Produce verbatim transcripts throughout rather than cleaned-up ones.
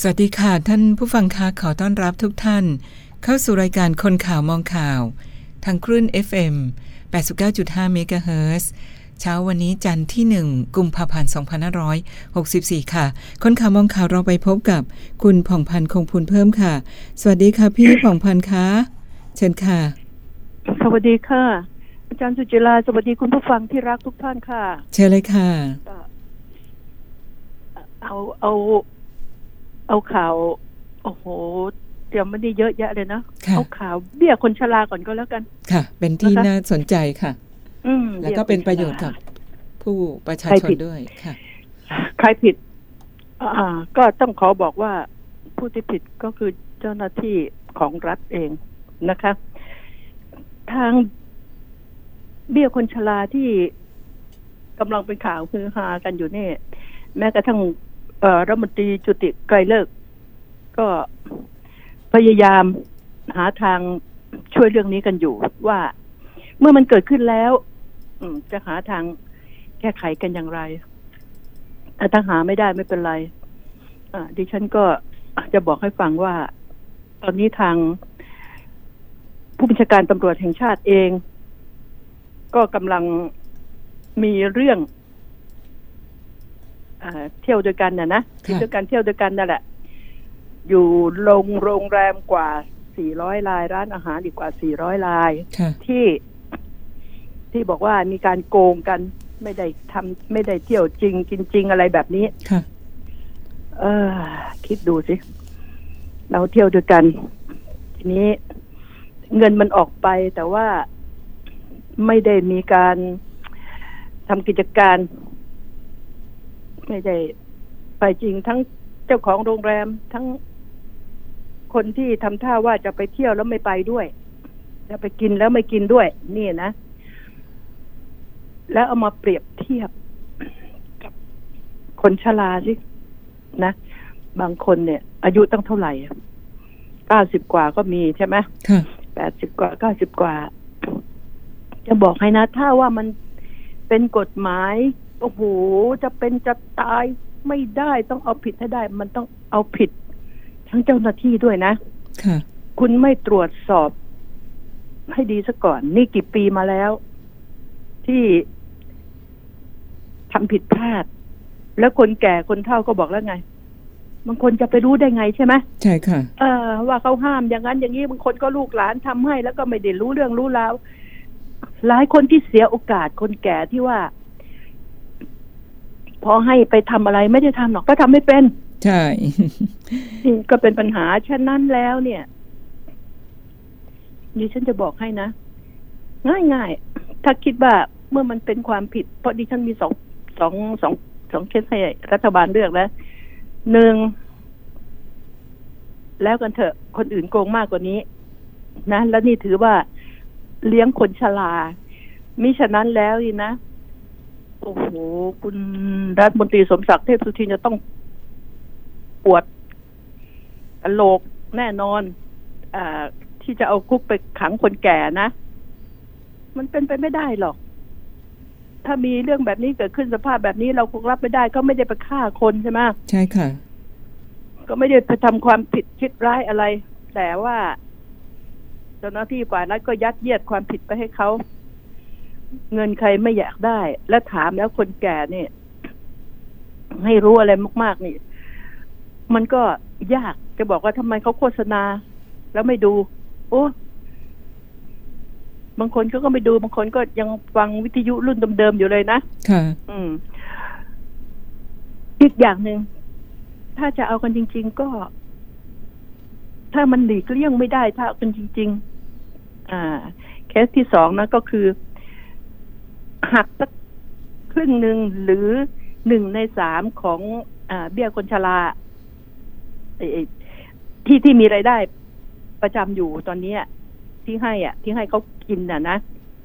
วัสดีค่ะท่านผู้ฟังคะขอต้อนรับทุกท่านเข้าสู่รายการคนข่าวมองข่าวทางคลื่น เอฟ เอ็ม แปดสิบเก้าจุดห้า เมกะเฮิรตซ์เช้าวันนี้จันทร์ที่หนึ่งกุมภาพันธ์สองพันห้าร้อยหกสิบสี่ค่ะคนข่าวมองข่าวเราไปพบกับคุณผ่องพันธ์คงพูนเพิ่มค่ะสวัสดีค่ะพี่ผ่องพันธ์คะเชิญค่ะสวัสดีค่ะอาจารย์สุจิราสวัสดีคุณผู้ฟังที่รักทุกท่านค่ะเชิญเลยค่ะเอาเอาเอาข่าวโอ้โหเตรียมไม่ได้เยอะแยะเลยนะเอาข่าวเบี้ยคนชราก่อนก็แล้วกันค่ะเป็นที่น่าสนใจค่ะอืมแล้วก็เป็นประโยชน์กับผู้ประชาชนด้วยค่ะใครผิดอ่าก็ต้องขอบอกว่าผู้ที่ผิดก็คือเจ้าหน้าที่ของรัฐเองนะคะทางเบี้ยคนชราที่กำลังเป็นข่าวฮือฮากันอยู่นี่แม้กระทั่งรัฐมนตรีจุติไกรฤกษ์ก็พยายามหาทางช่วยเรื่องนี้กันอยู่ว่าเมื่อมันเกิดขึ้นแล้วจะหาทางแก้ไขกันอย่างไรถ้าหาไม่ได้ไม่เป็นไรดิฉันก็จะบอกให้ฟังว่าตอนนี้ทางผู้บัญชาการตำรวจแห่งชาติเองก็กำลังมีเรื่องเที่ยวด้วยกันน่ะนะเที่ยวด้วยกันเที่ยวด้วยกันนั่นแหละอยู่โรงโรงแรมกว่าสี่ร้อยรายร้านอาหารอีกกว่าสี่ร้อยรายที่ที่บอกว่ามีการโกงกันไม่ได้ทำไม่ได้เที่ยวจริงกินจริงอะไรแบบนี้เออคิดดูสิเราเที่ยวด้วยกันทีนี้เงินมันออกไปแต่ว่าไม่ได้มีการทำกิจการไม่ได้ไปจริงทั้งเจ้าของโรงแรมทั้งคนที่ทำท่าว่าจะไปเที่ยวแล้วไม่ไปด้วยจะไปกินแล้วไม่กินด้วยนี่นะแล้วเอามาเปรียบเทียบกับคนชราสินะบางคนเนี่ยอายุตั้งเท่าไหร่เก้าสิบกว่าก็มีใช่ไหมค่ะแปดสิบกว่าเก้าสิบกว่าจะบอกให้นะถ้าว่ามันเป็นกฎหมายโอ้โหจะเป็นจะตายไม่ได้ต้องเอาผิดให้ได้มันต้องเอาผิดทั้งเจ้าหน้าที่ด้วยนะค่ะคุณไม่ตรวจสอบให้ดีซะก่อนนี่กี่ปีมาแล้วที่ทำผิดพลาดแล้วคนแก่คนเฒ่าก็บอกแล้วไงบางคนจะไปรู้ได้ไงใช่ไหมใช่ค่ะเออว่าเขาห้ามอย่างนั้นอย่างนี้บางคนก็ลูกหลานทำให้แล้วก็ไม่ได้รู้เรื่องรู้ราวหลายคนที่เสียโอกาสคนแก่ที่ว่าพอให้ไปทำอะไรไม่ได้ทำหรอกก็ทำไม่เป็นใช่ก็เป็นปัญหาฉะนั้นแล้วเนี่ยดิฉันจะบอกให้นะง่ายๆถ้าคิดว่าเมื่อมันเป็นความผิดเพราะดิฉันมีสองสองสองสองเคสให้รัฐบาลเลือกแล้วหนึ่งแล้วกันเถอะคนอื่นโกงมากกว่านี้นะแล้วนี่ถือว่าเลี้ยงคนชรามิฉะนั้นแล้วนี่นะโอ้โหคุณรัฐมนตรีสมศักดิ์เทพสุทินจะต้องปวดกะโหลกแน่นอนอ่าที่จะเอาคุกไปขังคนแก่นะมันเป็นไปไม่ได้หรอกถ้ามีเรื่องแบบนี้เกิดขึ้นสภาพแบบนี้เราคงรับไม่ได้ก็ไม่ได้ไปฆ่าคนใช่ไหมใช่ค่ะก็ไม่ได้ไปทำความผิดคิดร้ายอะไรแต่ว่าเจ้าหน้าที่ฝ่ายรัฐก็ยัดเยียดความผิดไปให้เขาเงินใครไม่อยากได้และถามแล้วคนแก่เนี่ยให้รู้อะไรมากๆนี่มันก็ยากจะบอกว่าทำไมเขาโฆษณาแล้วไม่ดูโอ้บางคนเขาก็ไม่ดูบางคนก็ยังฟังวิทยุรุ่นเดิมๆอยู่เลยนะค่ะอืมอีกอย่างหนึ่งถ้าจะเอากันจริงๆก็ถ้ามันหลีกเลี่ยงไม่ได้ถ้าเอากันจริงๆอ่าเคสที่สองนะก็คือหักสักครึ่งหนึ่งหรือหนึ่งในสามของอ่าเบี้ยคนชราที่ที่มีรายได้ประจำอยู่ตอนนี้ที่ให้อ่ะที่ให้เขากินน่ะนะ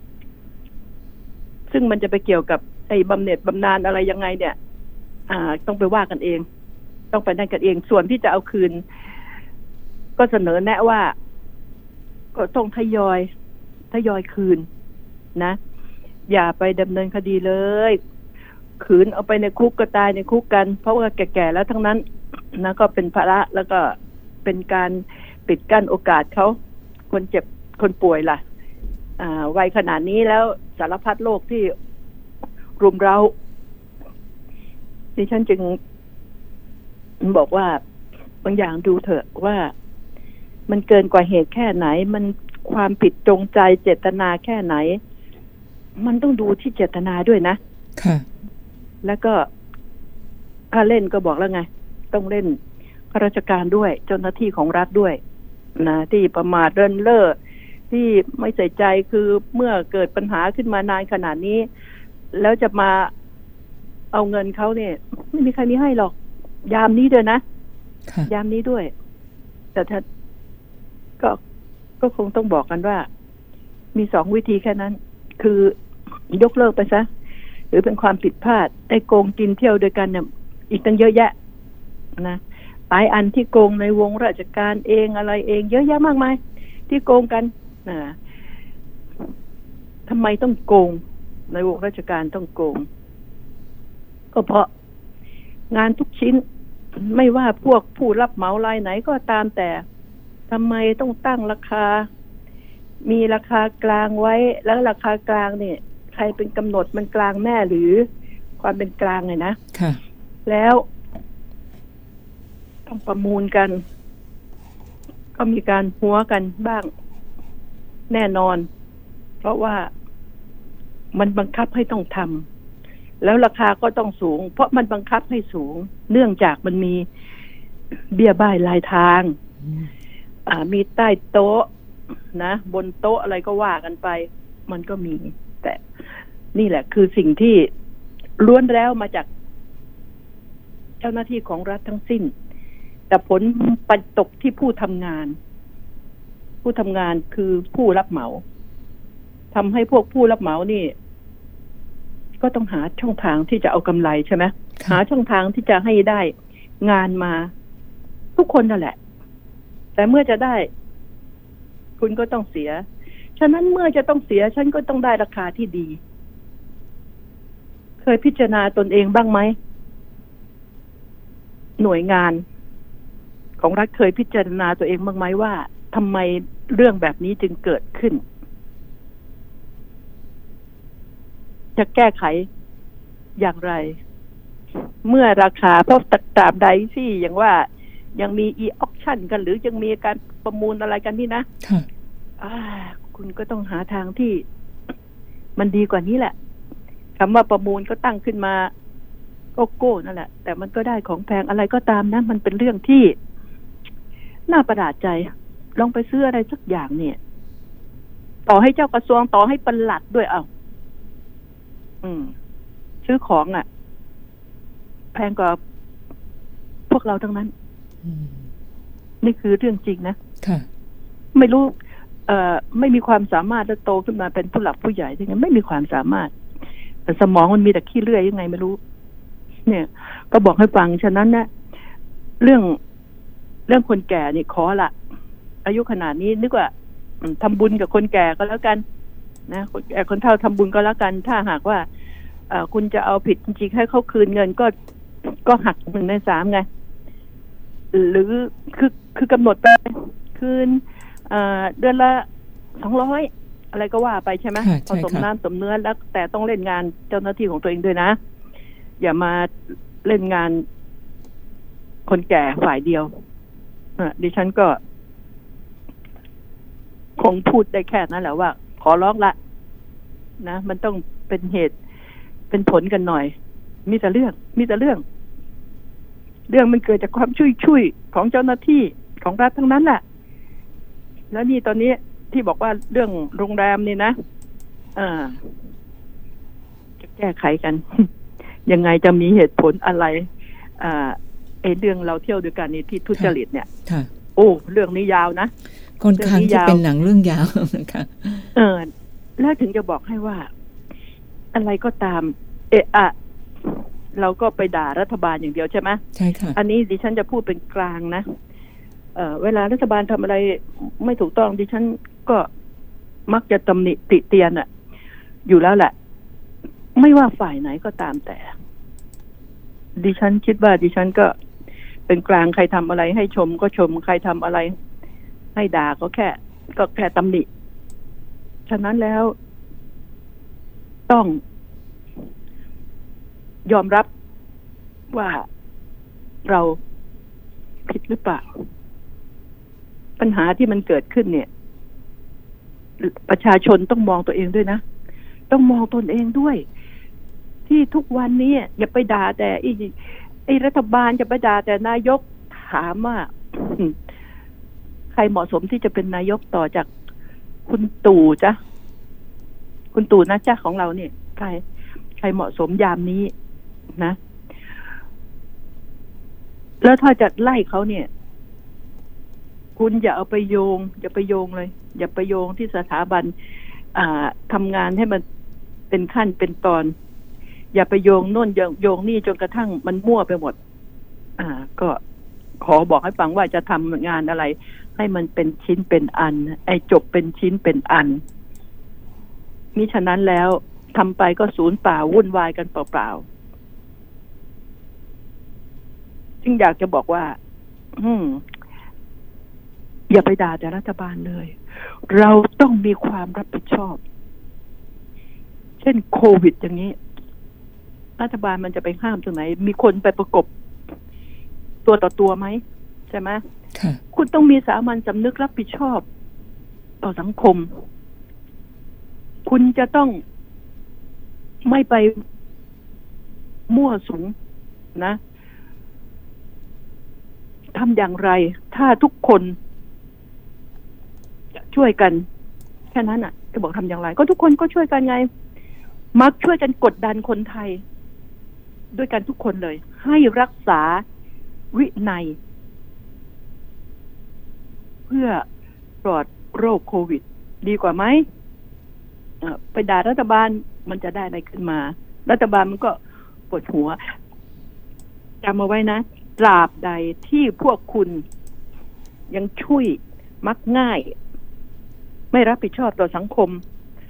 ซึ่งมันจะไปเกี่ยวกับไอ้บำเหน็จบำนาญอะไรยังไงเนี่ยอ่าต้องไปว่ากันเองต้องไปนั่นกันเองส่วนที่จะเอาคืนก็เสนอแนะว่าก็ต้องทยอยทยอยคืนนะอย่าไปดำเนินคดีเลยขืนเอาไปในคุกก็ตายในคุกกันเพราะว่าแก่ๆแล้วทั้งนั้นนะก็เป็นภาระแล้วก็เป็นการปิดกั้นโอกาสเขาคนเจ็บคนป่วยล่ะวัยขนาดนี้แล้วสารพัดโรคที่รุมเร้าดิฉันจึงบอกว่าบางอย่างดูเถอะว่ามันเกินกว่าเหตุแค่ไหนมันความผิดจงใจเจตนาแค่ไหนมันต้องดูที่เจตนาด้วยนะค่ะแล้วก็ถ้าเล่นก็บอกแล้วไงต้องเล่นข้าราชการด้วยเจ้าหน้าที่ของรัฐด้วยนะที่ประมาทเร่อเร่อที่ไม่ใส่ใจคือเมื่อเกิดปัญหาขึ้นมานานขนาดนี้แล้วจะมาเอาเงินเขาเนี่ยไม่มีใครมีให้หรอกยามนี้ด้วยนะยามนี้ด้วยแต่ถ้าก็ก็คงต้องบอกกันว่ามีสองวิธีแค่นั้นคือยกเลิกไปซะหรือเป็นความผิดพลาดไอ้โกงกินเที่ยวด้วยกันเนี่ยอีกตั้งเยอะแยะนะหลายอันที่โกงในวงราชการเองอะไรเองเยอะแยะมากมายที่โกงกันนะทำไมต้องโกงในวงราชการต้องโกงก็เพราะงานทุกชิ้นไม่ว่าพวกผู้รับเหมารายไหนก็ตามแต่ทำไมต้องตั้งราคามีราคากลางไว้แล้วราคากลางเนี่ยใครเป็นกำหนดมันกลางแน่หรือความเป็นกลางไงนะค่ะแล้วต้องประมูลกันก็มีการหัวกันบ้างแน่นอนเพราะว่ามันบังคับให้ต้องทำแล้วราคาก็ต้องสูงเพราะมันบังคับให้สูงเนื่องจากมันมีเบี้ยบ้ายรายทางอ่ามีใต้โต๊ะนะบนโต๊ะอะไรก็ว่ากันไปมันก็มีแต่นี่แหละคือสิ่งที่ล้วนแล้วมาจากเจ้าหน้าที่ของรัฐทั้งสิ้นแต่ผลไปตกที่ผู้ทำงานผู้ทำงานคือผู้รับเหมาทำให้พวกผู้รับเหมานี่ก็ต้องหาช่องทางที่จะเอากำไรใช่ไหมหาช่องทางที่จะให้ได้งานมาทุกคนนั่นแหละแต่เมื่อจะได้คุณก็ต้องเสียฉะนั้นเมื่อจะต้องเสียฉันก็ต้องได้ราคาที่ดีเคยพิจารณาตนเองบ้างไหมหน่วยงานของรัฐเคยพิจารณาตัวเองบ้างไหมว่าทำไมเรื่องแบบนี้จึงเกิดขึ้นจะแก้ไขอย่างไรเมื่อราคาเพราะตราบใดที่อย่างว่ายังมี e-auction กันหรือยังมีการประมูลอะไรกันนี่นะอ่าคุณก็ต้องหาทางที่มันดีกว่านี้แหละคำว่าประมูลก็ตั้งขึ้นมาโกโก้นั่นแหละแต่มันก็ได้ของแพงอะไรก็ตามนะมันเป็นเรื่องที่น่าประหลาดใจลองไปซื้ออะไรสักอย่างเนี่ยต่อให้เจ้ากระทรวงต่อให้ปลัดด้วยเอาอืมซื้อของอ่ะแพงกว่าพวกเราทั้งนั้นนี่คือเรื่องจริงนะค่ะไม่รู้เอ่อไม่มีความสามารถจะโตขึ้นมาเป็นผู้หลักผู้ใหญ่ยังไงไม่มีความสามารถแต่สมองมันมีแต่ขี้เลื่อยยังไงไม่รู้เนี่ยก็บอกให้ฟังฉะนั้นนะเรื่องเรื่องคนแก่นี่ขอละอายุขนาดนี้นึกว่าทำบุญกับคนแก่ก็แล้วกันนะคนแก่คนเฒ่าทำบุญก็แล้วกันถ้าหากว่าคุณจะเอาผิดจริงๆให้เขาคืนเงินก็ก็หักหนึ่งในสามไงหรือคือคือกำหนดไปคืนเดือนละสองร้อยอะไรก็ว่าไปใช่ไหมผสมน้ำสมเนื้อแล้วแต่ต้องเล่นงานเจ้าหน้าที่ของตัวเองด้วยนะอย่ามาเล่นงานคนแก่ฝ่ายเดียวดิฉันก็คงพูดได้แค่นั้นแหละว่าขอร้องละนะมันต้องเป็นเหตุเป็นผลกันหน่อยมีแต่เรื่องมีแต่เรื่องเรื่องมันเกิดจากความชุยชุยของเจ้าหน้าที่ของรัฐทั้งนั้นแหละแล้วนี่ตอนนี้ที่บอกว่าเรื่องโรงแรมนี่นะอ่าจะแก้ไขกัน ยังไงจะมีเหตุผลอะไรอ่าไอ้เรื่องเราเที่ยวด้วยกันนี่ที่ทุจริตเนี่ยโอ้เรื่องนี้ยาวนะค่อนข้างจะเป็นหนังเรื่องยาวนะคะเออแล้วถึงจะบอกให้ว่าอะไรก็ตามเอะอะเราก็ไปด่ารัฐบาลอย่างเดียวใช่ไหมใช่ค่ะอันนี้ดิฉันจะพูดเป็นกลางนะเอ่อเวลารัฐบาลทำอะไรไม่ถูกต้องดิฉันก็มักจะตำหนิติเตียนอะอยู่แล้วแหละไม่ว่าฝ่ายไหนก็ตามแต่ดิฉันคิดว่าดิฉันก็เป็นกลางใครทำอะไรให้ชมก็ชมใครทำอะไรให้ด่าก็แค่ก็แค่ตำหนิฉะนั้นแล้วต้องยอมรับว่าเราผิดหรือเปล่าปัญหาที่มันเกิดขึ้นเนี่ยประชาชนต้องมองตัวเองด้วยนะต้องมองตนเองด้วยที่ทุกวันนี้อย่าไปด่าแต่ไอ้ไอ้รัฐบาลจะไปด่าแต่นายกถามว่าใครเหมาะสมที่จะเป็นนายกต่อจากคุณตู่จ๊ะคุณตู่นะจ๊ะของเราเนี่ยใครใครเหมาะสมยามนี้นะแล้วถ้าจะไล่เขาเนี่ยคุณอย่าเอาไปโยงอย่าไปโยงเลยอย่าไปโยงที่สถาบันอ่าทำงานให้มันเป็นขั้นเป็นตอนอย่าไปโยงโน่นโยงนี่จนกระทั่งมันมั่วไปหมดอ่าก็ขอบอกให้ฟังว่าจะทำงานอะไรให้มันเป็นชิ้นเป็นอันไอ้จบเป็นชิ้นเป็นอันมิฉะนั้นแล้วทำไปก็สูญเปล่าวุ่นวายกันเปล่าๆจึงอยากจะบอกว่าอืมอย่าไปด่าแต่รัฐบาลเลยเราต้องมีความรับผิดชอบเช่นโควิดอย่างนี้รัฐบาลมันจะไปห้ามตรงไหนมีคนไปประกบตัวต่อตัวไหมใช่ไหมคุณต้องมีสามัญสำนึกรับผิดชอบต่อสังคมคุณจะต้องไม่ไปมั่วสุมนะทำอย่างไรถ้าทุกคนจะช่วยกันแค่นั้นอ่ะจะบอกทำอย่างไรก็ทุกคนก็ช่วยกันไงมักช่วยกันกดดันคนไทยด้วยกันทุกคนเลยให้รักษาวินัยเพื่อปลอดโรคโควิดดีกว่าไหมไปด่ารัฐบาลมันจะได้อะไรขึ้นมารัฐบาลมันก็ปวดหัวจำเอาไว้นะตราบใดที่พวกคุณยังช่วยมักง่ายไม่รับผิดชอบต่อสังคม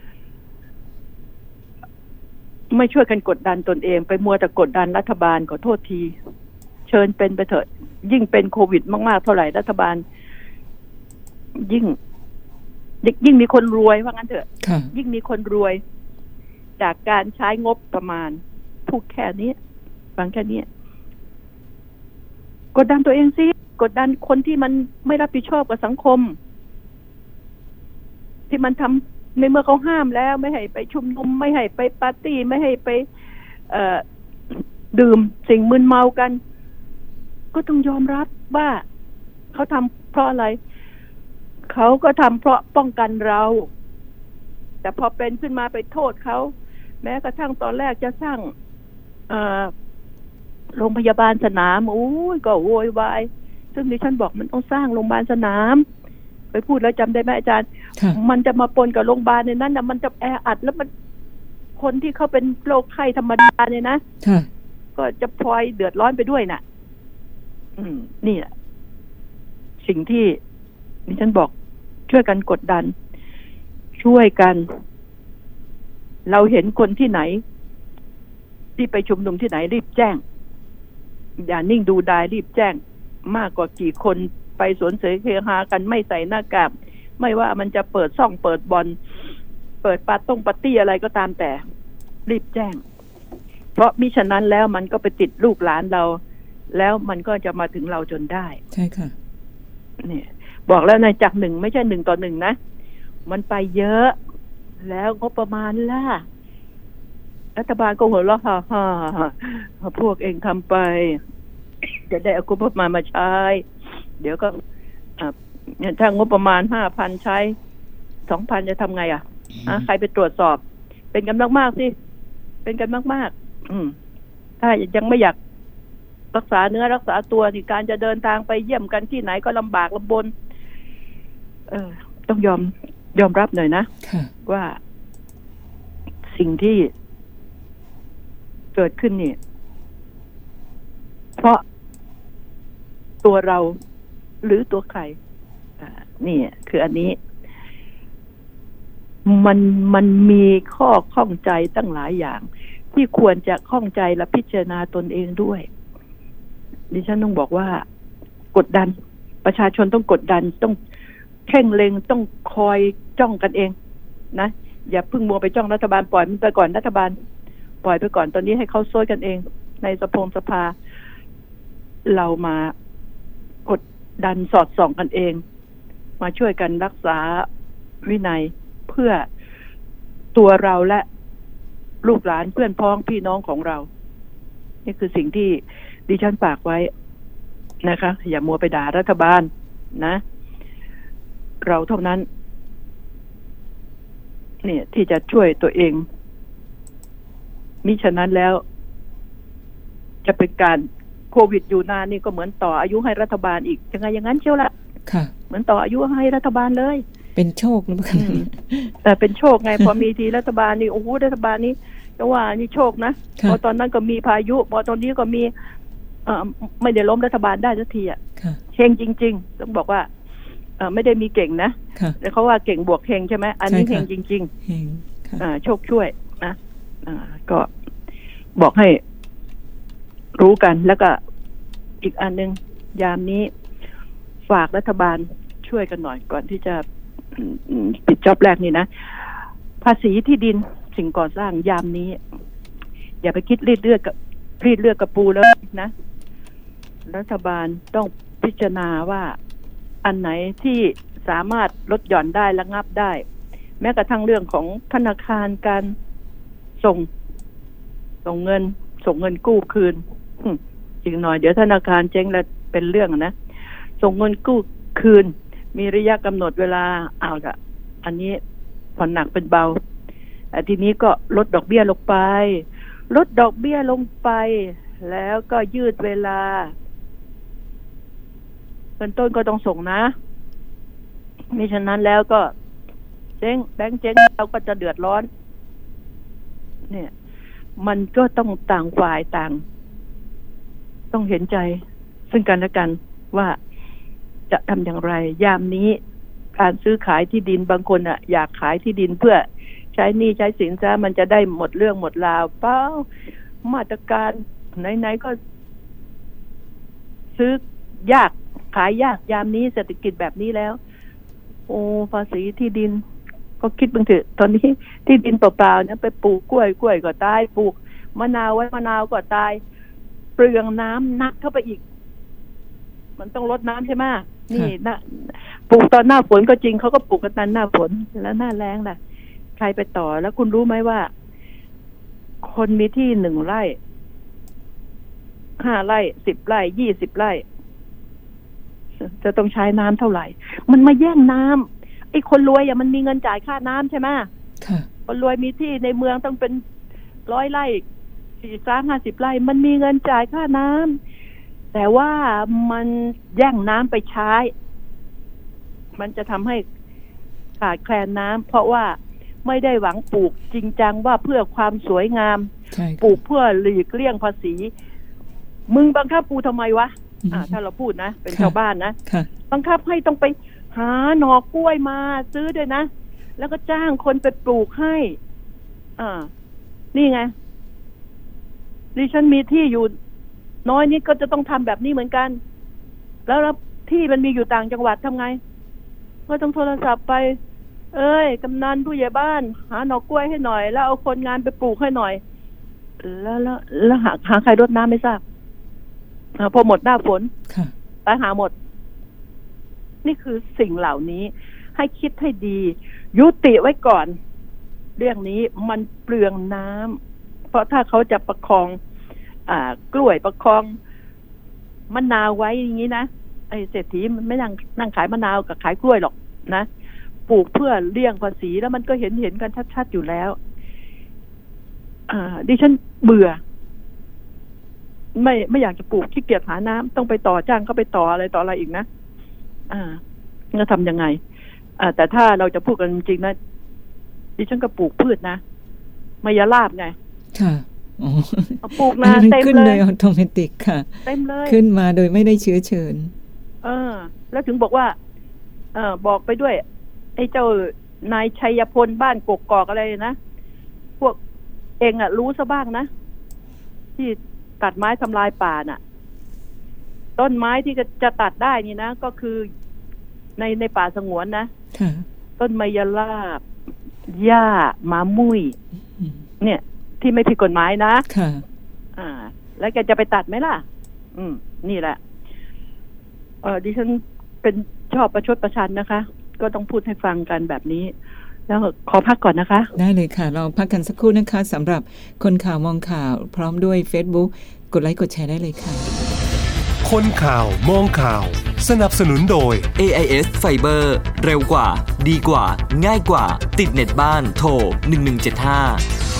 ไม่ช่วยกันกดดันตนเองไปมัวแต่กดดันรัฐบาลขอโทษทีเชิญเป็นไปเถอะยิ่งเป็นโควิดมากๆเท่าไหร่รัฐบาลยิ่งยิ่งมีคนรวยว่างั้นเถอะยิ่งมีคนรวยจากการใช้งบประมาณพูดแค่นี้ฟังแค่นี้กดดันตัวเองสิกดดันคนที่มันไม่รับผิดชอบกับสังคมที่มันทำในเมื่อเขาห้ามแล้วไม่ให้ไปชุมนุมไม่ให้ไปปาร์ตี้ไม่ให้ไปเอ่อดื่มสิ่งมึนเมากันก็ต้องยอมรับว่าเขาทำเพราะอะไรเขาก็ทำเพราะป้องกันเราแต่พอเป็นขึ้นมาไปโทษเขาแม้กระทั่งตอนแรกจะสร้างเอ่อโรงพยาบาลสนามโอ้ยก็โวยวายซึ่งดิฉันบอกมันต้องสร้างโรงพยาบาลสนามไปพูดแล้วจำได้ไหมอาจารย์มันจะมาปนกับโรงพยาบาลในนั้นนะมันจะแออัดแล้วมันคนที่เขาเป็นโรคไข้ธรรมดาเนี่ยนะก็จะพลอยเดือดร้อนไปด้วยน่ะอืมนี่แหละสิ่งที่ดิฉันบอกช่วยกันกดดันช่วยกันเราเห็นคนที่ไหนที่ไปชุมนุมที่ไหนรีบแจ้งอย่านิ่งดูดายรีบแจ้งมากกว่ากี่คนไปสวนเสรีเฮฮากันไม่ใส่หน้ากากไม่ว่ามันจะเปิดซ่องเปิดบอลเปิดปาร์ต้งปาร์ตี้อะไรก็ตามแต่รีบแจ้งเพราะมิฉะนั้นแล้วมันก็ไปติดลูกหลานเราแล้วมันก็จะมาถึงเราจนได้ใช่ค่ะเนี่ยบอกแล้วนะจากหนึ่งไม่ใช่หนึ่งต่อหนึ่งนะมันไปเยอะแล้วงบประมาณล่ะรัฐบาลก็หัวเราะฮ่าฮ่าพวกเองทำไปจะได้เอางบประมาณมาใช้เดี๋ยวก็ถ้างบประมาณห้าพันใช้สองพันจะทำไงอ่ะใครไปตรวจสอบเป็นกันมากๆสิเป็นกันมากๆอืมถ้ายังไม่อยากรักษาเนื้อรักษาตัวที่การจะเดินทางไปเยี่ยมกันที่ไหนก็ลำบากลำบนเออต้องยอมยอมรับหน่อยนะว่าสิ่งที่เกิดขึ้นนี่เพราะตัวเราหรือตัวใครอ่านี่คืออันนี้มันมันมีข้อข้องใจตั้งหลายอย่างที่ควรจะข้องใจและพิจารณาตนเองด้วยดิฉันต้องบอกว่ากดดันประชาชนต้องกดดันต้องเข่งเล็งต้องคอยจ้องกันเองนะอย่าเพิ่งมัวไปจ้องรัฐบาลปล่อยมันไปก่อนรัฐบาลปล่อยไปก่อนตอนนี้ให้เขาโซยกันเองในสภาสภาเรามากดดันสอดส่องกันเองมาช่วยกันรักษาวินัยเพื่อตัวเราและลูกหลานเพื่อนพ้องพี่น้องของเรานี่คือสิ่งที่ดิฉันฝากไว้นะคะอย่ามัวไปด่ารัฐบาลนะเราเท่านั้นเนี่ยที่จะช่วยตัวเองมิฉะนั้นแล้วจะเป็นการโควิดอยู่นานนี่ก็เหมือนต่ออายุให้รัฐบาลอีกยังไงอย่างนั้นเชียวละค่ะเหมือนต่ออายุให้รัฐบาลเลยเป็นโชคนะค่ะแต่เป็นโชคไง พอมีทีรัฐบาลนี่โอ้โหรัฐบาลนี้จะว่านี่โชคนะพอตอนนั้นก็มีพายุพอตอนนี้ก็มีเอ่อไม่ได้ล้มรัฐบาลได้สักทีอ่ะเฮงจริงๆต้องบอกว่าเอ่อไม่ได้มีเก่งนะแต่เขาว่าเก่งบวกเฮงใช่ไหมอันนี้เฮงจริงๆเฮงอ่าโชคช่วยนะอ่าก็บอกให้รู้กันแล้วก็อีกอันนึงยามนี้ฝากรัฐบาลช่วยกันหน่อยก่อนที่จะปิดจ็อบแรกนี่นะภาษีที่ดินสิ่งก่อสร้างยามนี้อย่าไปคิดรีดเลือดกับรีดเลือดกับปูแล้วนะรัฐบาลต้องพิจารณาว่าอันไหนที่สามารถลดหย่อนได้ระงับได้แม้กระทั่งเรื่องของธนาคารการส่งส่งเงินส่งเงินกู้คืนอีกหน่อยเดี๋ยวธนาคารเจ๊งแล้วเป็นเรื่องนะส่งเงินกู้คืนมีระยะกำหนดเวลาเอาละอันนี้ผ่อนหนักเป็นเบาแต่ทีนี้ก็ลดดอกเบี้ยลงไปลดดอกเบี้ยลงไปแล้วก็ยืดเวลาเงินต้นก็ต้องส่งนะมิฉะนั้นแล้วก็เจ๊งแบงค์เจ๊งเราก็จะเดือดร้อนเนี่ยมันก็ต้องต่างฝ่ายต่างต้องเห็นใจซึ่งกันและกันว่าจะทำอย่างไรยามนี้การซื้อขายที่ดินบางคนอ่ะอยากขายที่ดินเพื่อใช้หนี้ใช้สินซะมันจะได้หมดเรื่องหมดราวเปล่ามาตรการไหนๆก็ซื้อยากขายยากยามนี้เศรษฐกิจแบบนี้แล้วโอ้ภาษีที่ดินก็คิดบ้างเถอะตอนนี้ที่ดินเปล่าๆเนี่ยไปปลูกกล้วยกล้วยก็ตายปลูกมะนาวไว้มะนาวก็ตายเปลืองน้ำหนักเข้าไปอีกมันต้องลดน้ำใช่ไหมนี่นะปลูกตอนหน้าฝนก็จริงเขาก็ปลูกกันตอนหน้าฝนแล้วหน้าแล้งล่ะใครไปต่อแล้วคุณรู้ไหมว่าคนมีที่หนึ่งไร่ห้าไร่สิบไร่ยี่สิบไร่จะต้องใช้น้ำเท่าไหร่มันมาแย่งน้ำไอ้คนรวยอ่ะมันมีเงินจ่ายค่าน้ำใช่ไหมคนรวยมีที่ในเมืองต้องเป็นร้อยไร่สี่สามห้าสิบไร่มันมีเงินจ่ายค่าน้ำแต่ว่ามันแย่งน้ำไปใช้มันจะทำให้ขาดแคลนน้ำเพราะว่าไม่ได้หวังปลูกจริงจังว่าเพื่อความสวยงามปลูกเพื่อหลีกเลี่ยงภาษีมึงบังคับปลูกทำไมวะอ่าถ้าเราพูดนะเป็นชาวบ้านนะบังคับให้ต้องไปหาหน่อกล้วยมาซื้อด้วยนะแล้วก็จ้างคนไปปลูกให้อ่านี่ไงดิฉันมีที่อยู่น้อยนิดก็จะต้องทำแบบนี้เหมือนกันแล้วที่มันมีอยู่ต่างจังหวัดทำไงก็ต้องโทรศัพท์ไปเอ้ยกำนันผู้ใหญ่บ้านหาหน่อกล้วยให้หน่อยแล้วเอาคนงานไปปลูกให้หน่อยแล้วแล้วแล้วหาหาใครรดน้ำไม่ทราบพอหมดหน้าฝนตายหาหมดนี่คือสิ่งเหล่านี้ให้คิดให้ดียุติไว้ก่อนเรื่องนี้มันเปลืองน้ำเพราะถ้าเขาจะประคองอ่ากล้วยประคองมะนาวไว้อย่างนี้นะไอ้เศรษฐีมันไม่นั่งนั่งขายมะนาวกับขายกล้วยหรอกนะปลูกเพื่อเลี่ยงภาษีแล้วมันก็เห็นเห็นกันชัดๆอยู่แล้วอ่าดิฉันเบื่อไม่ไม่อยากจะปลูกขี้เกียจหาน้ำต้องไปต่อจ้างเขาไปต่ออะไรต่ออะไรอีกนะอ่าจะทำยังไงอ่าแต่ถ้าเราจะพูดกันจริงๆนะดิฉันก็ปลูกพืชนะมายาลาบไงค่ะปลูกนาเต็มเลยขึ้นเลยออโตเมติกค่ะเต็มเลยขึ้นมาโดยไม่ได้เชื้อเชิญเออแล้วถึงบอกว่าเออบอกไปด้วยไอ้เจ้านายชัยพลบ้านกกอกอะไรนะพวกเองอ่ะรู้ซะบ้างนะที่ตัดไม้ทำลายป่าน่ะต้นไม้ที่จะตัดได้นี่นะก็คือในในป่าสงวนนะต้นไมยราบหญ้าหมามุ้ยเนี่ยที่ไม่ผิดกฎหมายนะค่ะอ่าแล้วแกจะไปตัดไหมล่ะอืมนี่แหละเออดิฉันเป็นชอบประชดประชันนะคะก็ต้องพูดให้ฟังกันแบบนี้แล้วขอพักก่อนนะคะได้เลยค่ะเราพักกันสักครู่นะคะสำหรับคนข่าวมองข่าวพร้อมด้วย Facebook กดไลค์กดแชร์ได้เลยค่ะคนข่าวมองข่าวสนับสนุนโดยเอ ไอ เอส Fiber เร็วกว่าดีกว่าง่ายกว่าติดเน็ตบ้านโทรหนึ่งหนึ่งเจ็ดห้า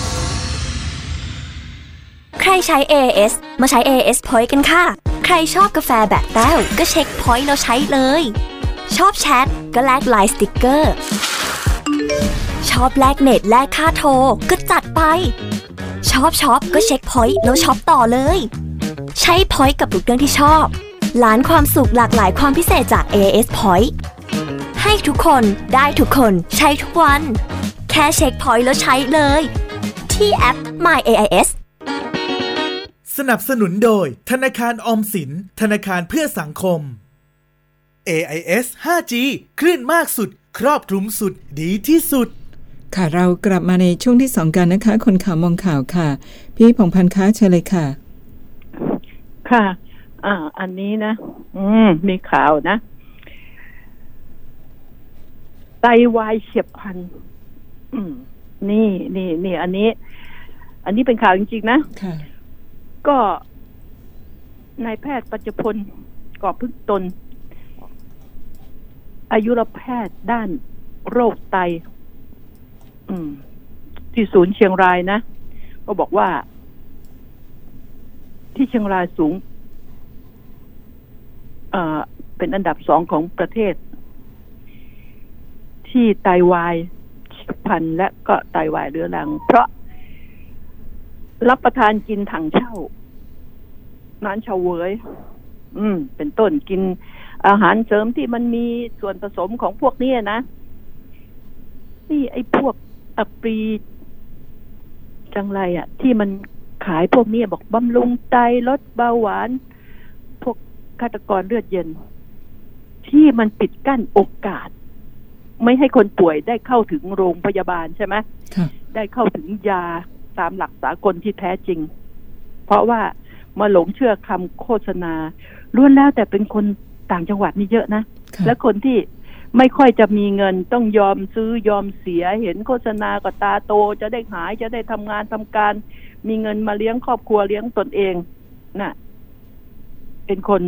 ใครใช้ เอ ไอ เอส มาใช้ เอ ไอ เอส Point กันค่ะใครชอบกาแฟแบบแต้วก็เช็ค Point แล้วใช้เลยชอบแชทก็แลกไลน์สติกเกอร์ชอบแลกเน็ตแลกค่าโทรก็จัดไปชอบช็อปก็เช็ค Point แล้วช็อปต่อเลยใช้ Point กับทุกเรื่องที่ชอบล้านความสุขหลากหลายความพิเศษจาก เอ ไอ เอส Point ให้ทุกคนได้ทุกคนใช้ทุกวันแค่เช็ค Point แล้วใช้เลยที่แอป My เอ ไอ เอสสนับสนุนโดยธนาคารออมสินธนาคารเพื่อสังคม เอ ไอ เอส ไฟว์ จี คลื่นมากสุดครอบคลุมสุดดีที่สุดค่ะเรากลับมาในช่วงที่สองกันนะคะคนข่าวมองข่าวค่ะพี่ผ่องพันธ์คะเชิญเลยค่ะค่ะอ่าอันนี้นะอืมมีข่าวนะไตวายเฉียบพลันอืมนี่นี่นี่อันนี้อันนี้เป็นข่าวจริงๆนะค่ะก็นายแพทย์ปัจจุพลกอบพึ่งตนอายุรแพทย์ด้านโรคไตอืมที่ศูนย์เชียงรายนะก็บอกว่าที่เชียงรายสูงเอ่อเป็นอันดับสองของประเทศที่ไตวายเฉียบพลันและก็ไตวายเรื้อรังเพราะรับประทานกินถังเช่าร้านเฉาเวยอืมเป็นต้นกินอาหารเสริมที่มันมีส่วนผสมของพวกนี้นะนี่ไอ้พวกอัปรีจังไรอ่ะที่มันขายพวกนี้บอกบำรุงไตลดเบาหวานพวกฆาตกรเลือดเย็นที่มันปิดกั้นโอกาสไม่ให้คนป่วยได้เข้าถึงโรงพยาบาลใช่ไหมได้เข้าถึงยาตามหลักสากลที่แท้จริงเพราะว่ามาหลงเชื่อคำโฆษณาล้วนแล้วแต่เป็นคนต่างจังหวัดนี่เยอะนะและคนที่ไม่ค่อยจะมีเงินต้องยอมซื้อยอมเสียเห็นโฆษณาก็ตาโตจะได้หายจะได้ทำงานทำการมีเงินมาเลี้ยงครอบครัวเลี้ยงตนเองน่ะเป็นคน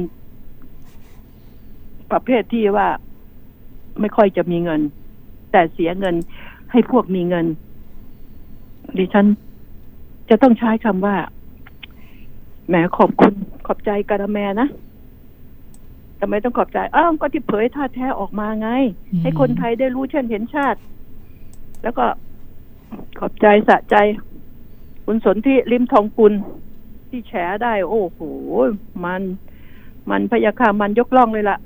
ประเภทที่ว่าไม่ค่อยจะมีเงินแต่เสียเงินให้พวกมีเงินดิฉันจะต้องใช้คำว่าแหมขอบคุณขอบใจกะละแมนะทำไมต้องขอบใจอ้าวก็ที่เผยท่าแท้ออกมาไงให้คนไทยได้รู้เช่นเห็นชาติแล้วก็ขอบใจสะใจคุณสนธิริมทองกุลที่แฉได้โอ้โหมันมันพยาคามันยกล่องเลยล่ะ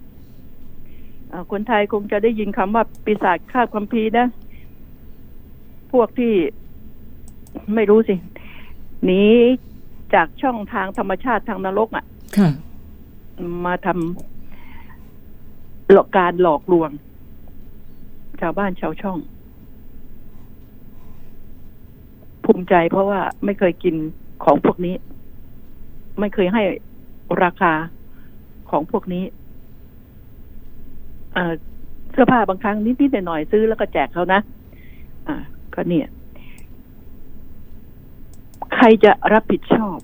คนไทยคงจะได้ยินคำว่าปีศาจคาบคัมภีร์นะพวกที่ไม่รู้สิหนีจากช่องทางธรรมชาติทางนรกอ่ะมาทำหลอกการหลอกลวงชาวบ้านชาวช่องภูมิใจเพราะว่าไม่เคยกินของพวกนี้ไม่เคยให้ราคาของพวกนี้เอ่อเสื้อผ้าบางครั้งนิดๆหน่อยๆซื้อแล้วก็แจกเขานะอ่าก็เนี่ยใครจะรับผิดชอบ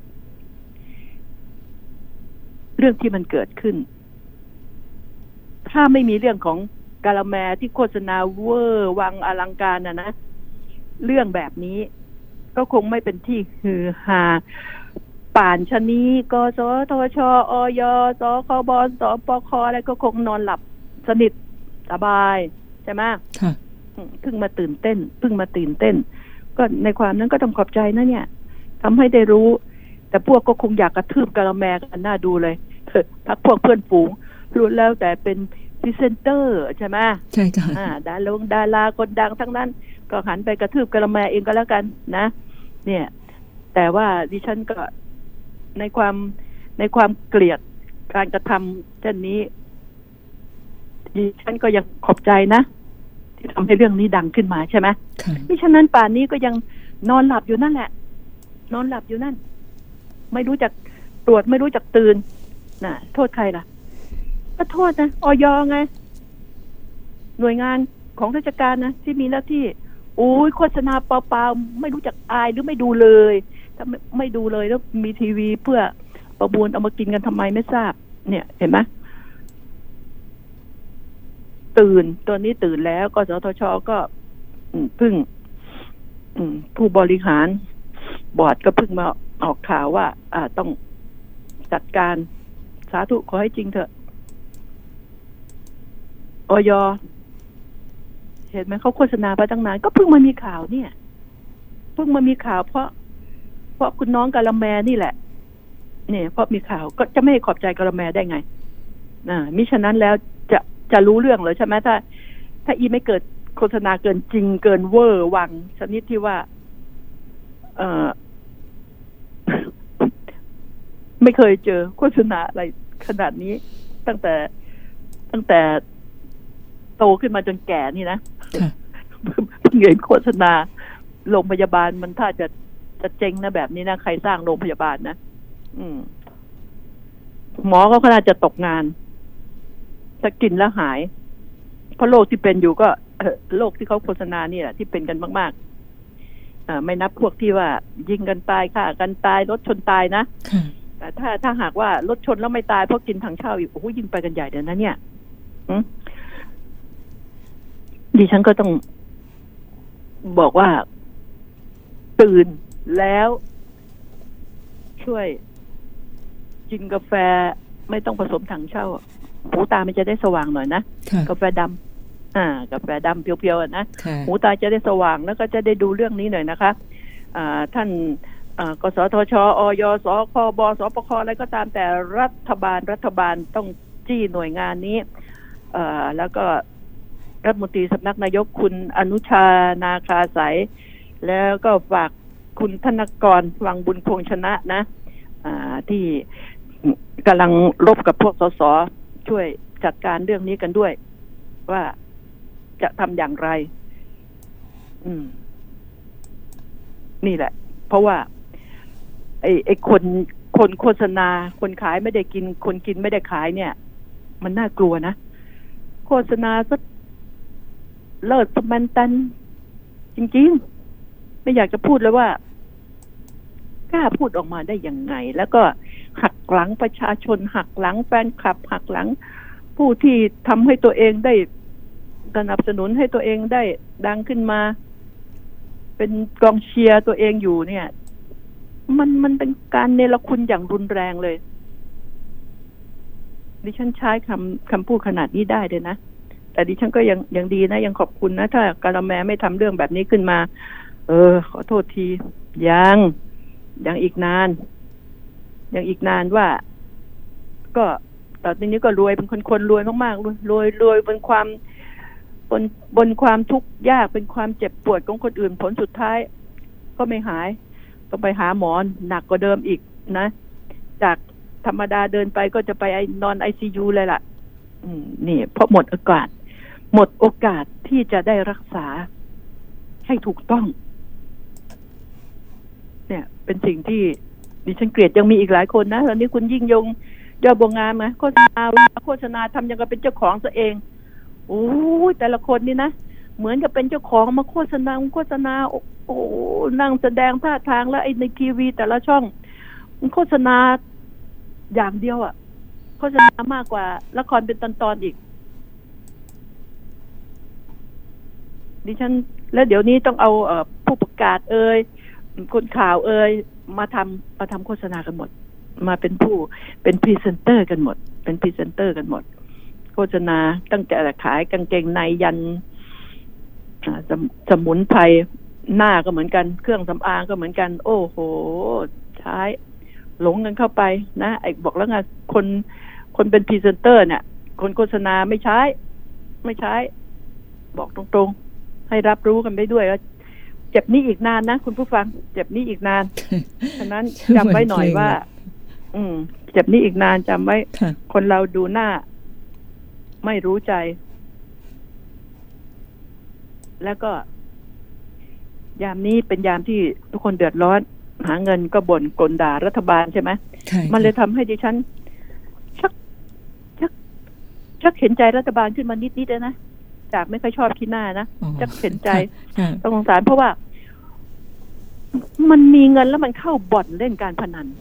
เรื่องที่มันเกิดขึ้นถ้าไม่มีเรื่องของกาละแมที่โฆษณาเวอร์วังอลังการนะนะเรื่องแบบนี้ก็คงไม่เป็นที่ฮือฮาป่านชะนีกสทชอย สคบสปคอะไรก็คงนอนหลับสนิทสบายใช่ไหมค่ะเพิ่งมาตื่นเต้นเพิ่งมาตื่นเต้นก็ในความนั้นก็ต้องขอบใจนะเนี่ยทำให้ได้รู้แต่พวกก็คงอยากกระทืบกะละแมกันน่าดูเลยพักพวกเพื่อนฝูงรู้แล้วแต่เป็นพรีเซนเตอร์ใช่ไหมใช่ค่ะอ่าดาราดาราคนดังทั้งนั้นก็หันไปกระทืบกะละแมเองก็แล้วกันนะเนี่ยแต่ว่าดิฉันก็ในความในความเกลียดกการกระทำเช่นนี้ดิฉันก็ยังขอบใจนะที่ทำให้เรื่องนี้ดังขึ้นมาใช่ไหมมิฉะนั้นป่านนี้ก็ยังนอนหลับอยู่นั่นแหละนอนหลับอยู่นั่นไม่รู้จักตรวจไม่รู้จักตื่นน่ะโทษใครล่ะก็โทษนะอย.ไงหน่วยงานของราชการนะที่มีหน้าที่โอ้ยโฆษณาเปล่าๆไม่รู้จักอายหรือไม่ดูเลยถ้าไม่ไม่ดูเลยแล้วมีทีวีเพื่อประมูลเอามากินกันทำไมไม่ทราบเนี่ยเห็นไหมตื่นตัวนี้ตื่นแล้วกสทช.ก็เพิ่งผู้บริหารบอร์ดก็เพิ่งมาออกข่าวว่าอ่าต้องจัดการสาธุขอให้จริงเถอะอย.เห็นไหมเขาโฆษณาไปตั้งนานก็เพิ่งมามีข่าวเนี่ยเพิ่งมามีข่าวเพราะเพราะคุณน้องกะละแมนี่แหละเนี่ยเพราะมีข่าวก็จะไม่ขอบใจกะละแมได้ไงอ่ามิฉะนั้นแล้วจะจะรู้เรื่องเลยใช่ไหมถ้าถ้าอีไม่เกิดโฆษณาเกินจริงเกินเวอร์วังชนิดที่ว่าเอ่อ ไม่เคยเจอโฆษณาอะไรขนาดนี้ตั้งแต่ตั้งแต่โตขึ้นมาจนแก่นี่นะเพิ่งเห็นโฆษณาโรงพยาบาลมันถ้าจะจะเจ๊งนะแบบนี้นะใครสร้างโรงพยาบาลนะอืมหมอก็น่าจะตกงานถ้ากินแล้วหายเพราะโรคที่เป็นอยู่ก็โรคที่เขาโฆษณานี่แหละที่เป็นกันมากๆอ่าไม่นับพวกที่ว่ายิงกันตายฆ่ากันตายรถชนตายนะแต่ถ้าถ้าหากว่ารถชนแล้วไม่ตายเพราะกินถังเช่าอีกโอ้โหยิงไปกันใหญ่เดี๋ยวนะเนี่ยดิฉันก็ต้องบอกว่าตื่นแล้วช่วยกินกาแฟไม่ต้องผสมถังเช่าหูตามันจะได้สว่างหน่อยนะกาแฟดำอ่ากาแฟดำเพียวๆนะหูตาจะได้สว่างแล้วก็จะได้ดูเรื่องนี้หน่อยนะคะอ่าท่านกสทช.อย.สคบ.สปค.อะไรก็ตามแต่รัฐบาลรัฐบาลต้องจี้หน่วยงานนี้เอ่อแล้วก็รัฐมนตรีสำนักนายกคุณอนุชานาคาสายแล้วก็ฝากคุณธนกรวังบุญคงชนะนะอ่าที่กำลังรบกับพวกสสช่วยจัดการเรื่องนี้กันด้วยว่าจะทำอย่างไรอืมนี่แหละเพราะว่าไอ้ไอ้คนคนโฆษณาคนขายไม่ได้กินคนกินไม่ได้ขายเนี่ยมันน่ากลัวนะโฆษณาสักเลิศสมันตันจริงๆไม่อยากจะพูดเลยว่ากล้าพูดออกมาได้ยังไงแล้วก็หักหลังประชาชนหักหลังแฟนคลับหักหลังผู้ที่ทำให้ตัวเองได้สนับสนุนให้ตัวเองได้ดังขึ้นมาเป็นกองเชียร์ตัวเองอยู่เนี่ยมันมันเป็นการเนรคุณอย่างรุนแรงเลยดิฉันใช้คำคำพูดขนาดนี้ได้เลยนะแต่ดิฉันก็ยังยังดีนะยังขอบคุณนะถ้ากะละแมไม่ทำเรื่องแบบนี้ขึ้นมาเออขอโทษทียังยังอีกนานยังอีกนานว่าก็ตอนนี้ก็รวยเป็นคนคนรวยมากๆรวยรวยบนความบนบนความทุกข์ยากเป็นความเจ็บปวดของคนอื่นผลสุดท้ายก็ไม่หายต้องไปหาหมอหนักกว่าเดิมอีกนะจากธรรมดาเดินไปก็จะไปนอน ไอ ซี ยู เลยล่ะอืมนี่เพราะหมดโอกาสหมดโอกาสที่จะได้รักษาให้ถูกต้องเนี่ยเป็นสิ่งที่ดิฉันเกลียดยังมีอีกหลายคนนะตอนนี้คุณยิ่งยงยอดบัวงามนะโฆษณาโฆษณาทำยังกับเป็นเจ้าของตัวเองโอ้ยแต่ละคนนี่นะเหมือนกับเป็นเจ้าของมาโฆษณาโฆษณาโอ้นั่งแสดงท่าทางแล้วไอ้ในทีวีแต่ละช่องมันโฆษณาอย่างเดียวอ่ะโฆษณามากกว่าละครเป็นตอนๆอีกดิฉันแล้วเดี๋ยวนี้ต้องเอาเอ่อผู้ประกาศเอ่ยคนข่าวเอ่ยมาทำมาทำโฆษณากันหมดมาเป็นผู้เป็นพรีเซนเตอร์กันหมดเป็นพรีเซนเตอร์กันหมดโฆษณาตั้งแต่ขายกางเกงในยันส, สมุนไพรหน้าก็เหมือนกันเครื่องสำอางก็เหมือนกันโอ้โหใช้หลงกันเข้าไปนะไอ้บอกแล้วไงคนคนเป็นพรีเซนเตอร์เนี่ยคนโฆษณาไม่ใช้ไม่ใช้บอกตรงๆให้รับรู้กันไปด้วยว่าเจ็บนี้อีกนานนะคุณผู้ฟังเจ็บนี้อีกนานฉะนั้นจำไว้หน่อยว่าอืมเจ็บนี้อีกนานจำไว้ค่ะคนเราดูหน้าไม่รู้ใจ แล้วก็ยามนี้เป็นยามที่ทุกคนเดือดร้อนหาเงินก็บ่นกลด่ารัฐบาลใช่ไหมมันเลยทำให้ดิฉันชักชักชักเห็นใจรัฐบาลขึ้นมานิดๆเลยนะจากไม่ค่อยชอบขี้หน้านะชักเห็นใจต้องสงสารเพราะว่ามันมีเงินแล้วมันเข้าบ่อนเล่นการพนัน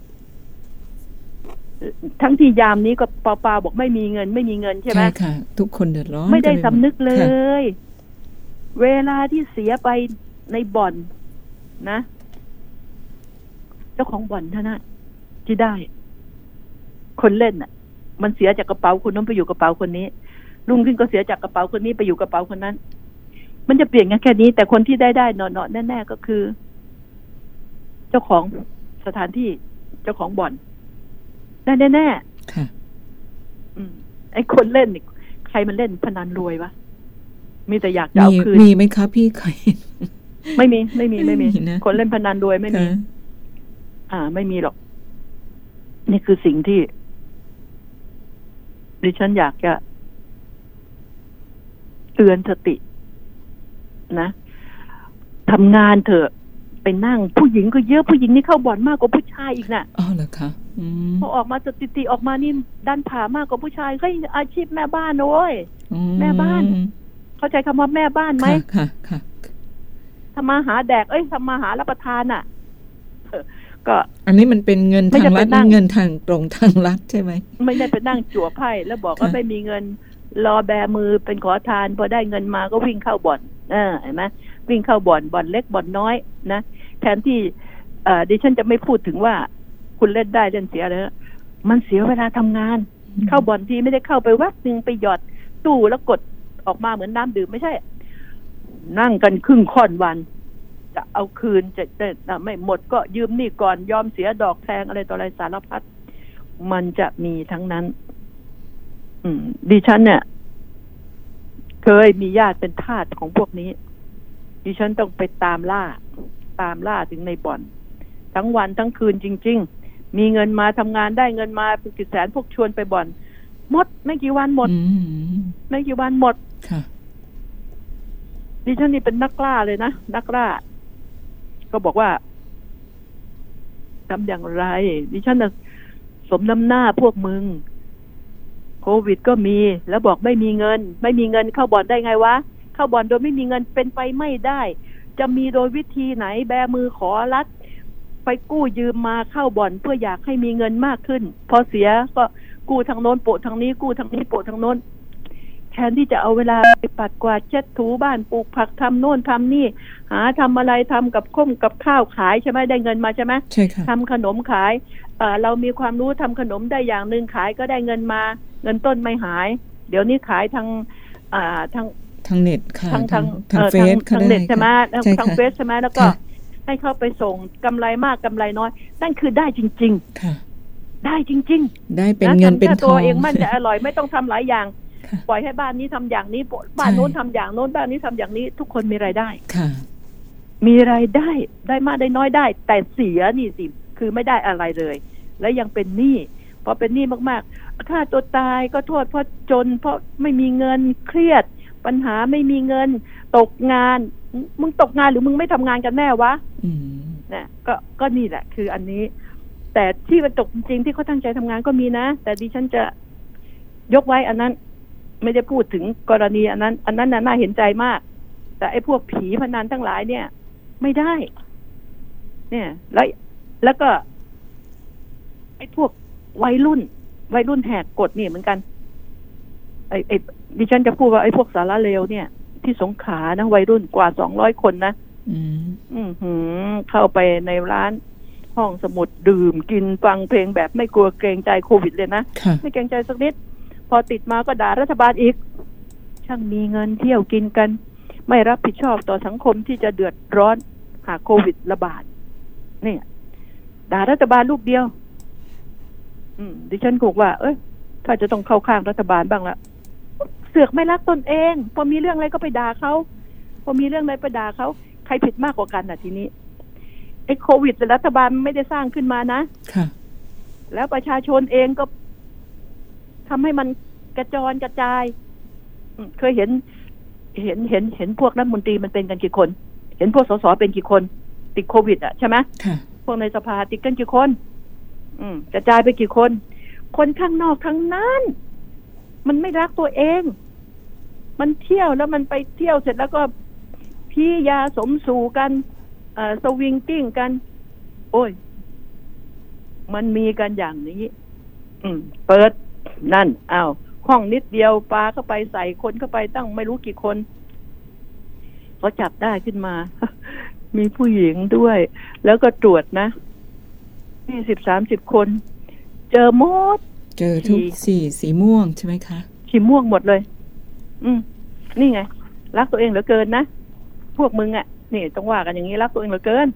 ทั้งที่ยามนี้ก็เปล่าๆบอกไม่มีเงินไม่มีเงินใช่ไหมใช่ค่ะทุกคนเดือดร้อนไม่ได้สำนึกเลยเวลาที่เสียไปในบ่อนนะเจ้าของบ่อนเท่านั้นที่ได้คนเล่นน่ะมันเสียจากกระเป๋าคนนั้นไปอยู่กระเป๋าคนนี้ลุงขึ้นก็เสียจากกระเป๋าคนนี้ไปอยู่กระเป๋าคนนั้นมันจะเปลี่ยนกันแค่นี้แต่คนที่ได้ได้นอนๆแน่ๆก็คือเจ้าของสถานที่เจ้าของบ่อนได้แน่ๆค่ะอืมไอ้คนเล่นนี่ใครมันเล่นพนันรวยวะมีแต่อยากจะเอาคืนมีไหมคะพี่เคยไม่มีไม่มีไม่มีคนเล่นพนันรวยไม่มีอ่าไม่มีหรอกนี่คือสิ่งที่ดิฉันอยากจะเตือนสตินะทำงานเถอะไปนั่งผู้หญิงก็เยอะผู้หญิงนี่เข้าบ่อนมากกว่าผู้ชายอีกน่ะอ๋อเหรอคะพอออกมาสถิติออกมานี่ดันผ่ามากกว่าผู้ชายเฮ้ยอาชีพแม่บ้านโว้ยแม่บ้านเข้าใจคำว่าแม่บ้านไหมค่ะค่ะทำมาหาแดกเอ้ยทำมาหารับประทานอ่ะก็อันนี้มันเป็นเงินทางรัฐเงินทางตรงทางรัฐใช่ไหมไม่ได้ไปนั่งจั่วไพ่แล้วบอกว่าไม่มีเงินรอแบมือเป็นขอทานพอได้เงินมาก็วิ่งเข้าบ่อนเออเห็นไหมวิ่งเข้าบ่อนบ่อนเล็กบ่อนน้อยนะแทนที่เอ่อดิฉันจะไม่พูดถึงว่าคุณเล่นได้เล่นเสียเลยมันเสียเวลาทำงานเข้าบ่อนทีไม่ได้เข้าไปแวบนึงไปหยอดตู้แล้วกดออกมาเหมือนน้ำดื่มไม่ใช่นั่งกันครึ่งค่อนวันจะเอาคืนจะจะไม่หมดก็ยืมนี่ก่อนยอมเสียดอกแพงอะไรต่ออะไรสารพัดมันจะมีทั้งนั้นอืมดิฉันเนี่ยเคยมีญาติเป็นทาสของพวกนี้ดิฉันต้องไปตามล่าตามล่าถึงในบ่อนทั้งวันทั้งคืนจริงๆมีเงินมาทำงานได้เงินมาเป็นกี่แสนพวกชวนไปบ่อนหมดไม่กี่วันหมดไม่กี่วันหมดค่ะดิฉันนี่เป็นนักล่าเลยนะนักล่าก็บอกว่าทำอย่างไรดิฉันน่ะสมน้ำหน้าพวกมึงโควิดก็มีแล้วบอกไม่มีเงินไม่มีเงินเข้าบ่อนได้ไงวะเข้าบ่อนโดยไม่มีเงินเป็นไปไม่ได้จะมีโดยวิธีไหนแบมือขอรัฐไปกู้ยืมมาเข้าบ่อนเพื่ออยากให้มีเงินมากขึ้นพอเสียก็กู้ทางโน้นโปะทางนี้กู้ทางนี้โปะทางโน้นแทนที่จะเอาเวลาไปปัดกวาดเช็ดถูบ้านปลูกผักทำโน่นทำนี่หาทำอะไรทำกับข้มกับข้าวขายใช่ไหมได้เงินมาใช่ไหมใช่ค่ะทำขนมขายเอ่อเรามีความรู้ทำขนมได้อย่างนึงขายก็ได้เงินมาเงินต้นไม่หายเดี๋ยวนี้ขายทางอ่าทางทางเน็ตค่ะทางทางทางเฟซทางเน็ตใช่ไหมทางเฟซใช่ไหมแล้วก็ให้เข้าไปส่งกำไรมากกำไรน้อยนั่นคือได้จริงๆค่ะได้จริงๆได้เป็นเงินเป็นทองตัวเองมันจะอร่อยไม่ต้องทำหลายอย่างปล่อยให้บ้านนี้ทำอย่างนี้บ้านโน้นทำอย่างโน้นบ้านนี้ทำอย่างนี้ทุกคนมีรายได้ค่ะมีรายได้ได้มากได้น้อยได้แต่เสียนี่สิคือไม่ได้อะไรเลยและยังเป็นหนี้พอเป็นหนี้มากๆฆ่าตัวตายก็โทษเพราะจนเพราะไม่มีเงินเครียดปัญหาไม่มีเงินตกงานมึงตกงานหรือมึงไม่ทำงานกันแน่วะนะก็ก็นี่แหละคืออันนี้แต่ที่มันตกจริงๆที่เขาตั้งใจทำงานก็มีนะแต่ดิฉันจะยกไว้อันนั้นไม่ได้พูดถึงกรณีอันนั้นอันนั้นน่าเห็นใจมากแต่ไอ้พวกผีพนันทั้งหลายเนี่ยไม่ได้เนี่ยแล้วแล้วก็ไอ้พวกวัยรุ่นวัยรุ่นแหกกฎนี่เหมือนกันไอ้ไอ้ดิฉันจะพูดว่าไอ้พวกสาระเลวเนี่ยที่สงขลานะวัยรุ่นกว่าสองร้อยคนนะอืมอือหือเข้าไปในร้านห้องสมุดดื่มกินฟังเพลงแบบไม่กลัวเกรงใจโควิดเลยนะไม่เกรงใจสักนิดพอติดมาก็ด่ารัฐบาลอีกช่างมีเงินเที่ยวกินกันไม่รับผิดชอบต่อสังคมที่จะเดือดร้อนหากโควิดระบาดเนี่ยด่ารัฐบาลลูกเดียวอืมดิฉันบอกว่าเอ้ยถ้าจะต้องเข้าข้างรัฐบาลบ้างละเสือกไม่รักตนเองพอมีเรื่องอะไรก็ไปด่าเขาพอมีเรื่องอะไรไปด่าเขาใครผิดมากกว่ากันน่ะทีนี้ไอ้โควิดรัฐบาลไม่ได้สร้างขึ้นมานะค่ะแล้วประชาชนเองก็ทำให้มันกระจรกระจายเคยเห็นเห็นเห็นเห็นพวกรัฐมนตรีมันเป็นกันกี่คนเห็นพวกสสเป็นกี่คนติดโควิดอ่ะใช่ไหมพวกในสภาติดกันกี่คนอืมกระจายไปกี่คนคนข้างนอกทั้งนั้นมันไม่รักตัวเองมันเที่ยวแล้วมันไปเที่ยวเสร็จแล้วก็พี่ยาสมสู่กันเอ่อสวิงกิ้งกันโอ้ยมันมีกันอย่างนี้อืมเปิดนั่นอ้าวห้องนิดเดียวปาเข้าไปใส่คนเข้าไปตั้งไม่รู้กี่คนเขาจับได้ขึ้นมา มีผู้หญิงด้วยแล้วก็ตรวจนะยี่สิบสามสิบคนเจอหมดเจอทุกสีสีม่วงใช่ไหมคะสีม่วงหมดเลยอืมนี่ไงรักตัวเองเหลือเกินนะพวกมึงอ่ะนี่ต้องว่ากันอย่างนี้รักตัวเองเหลือเกิน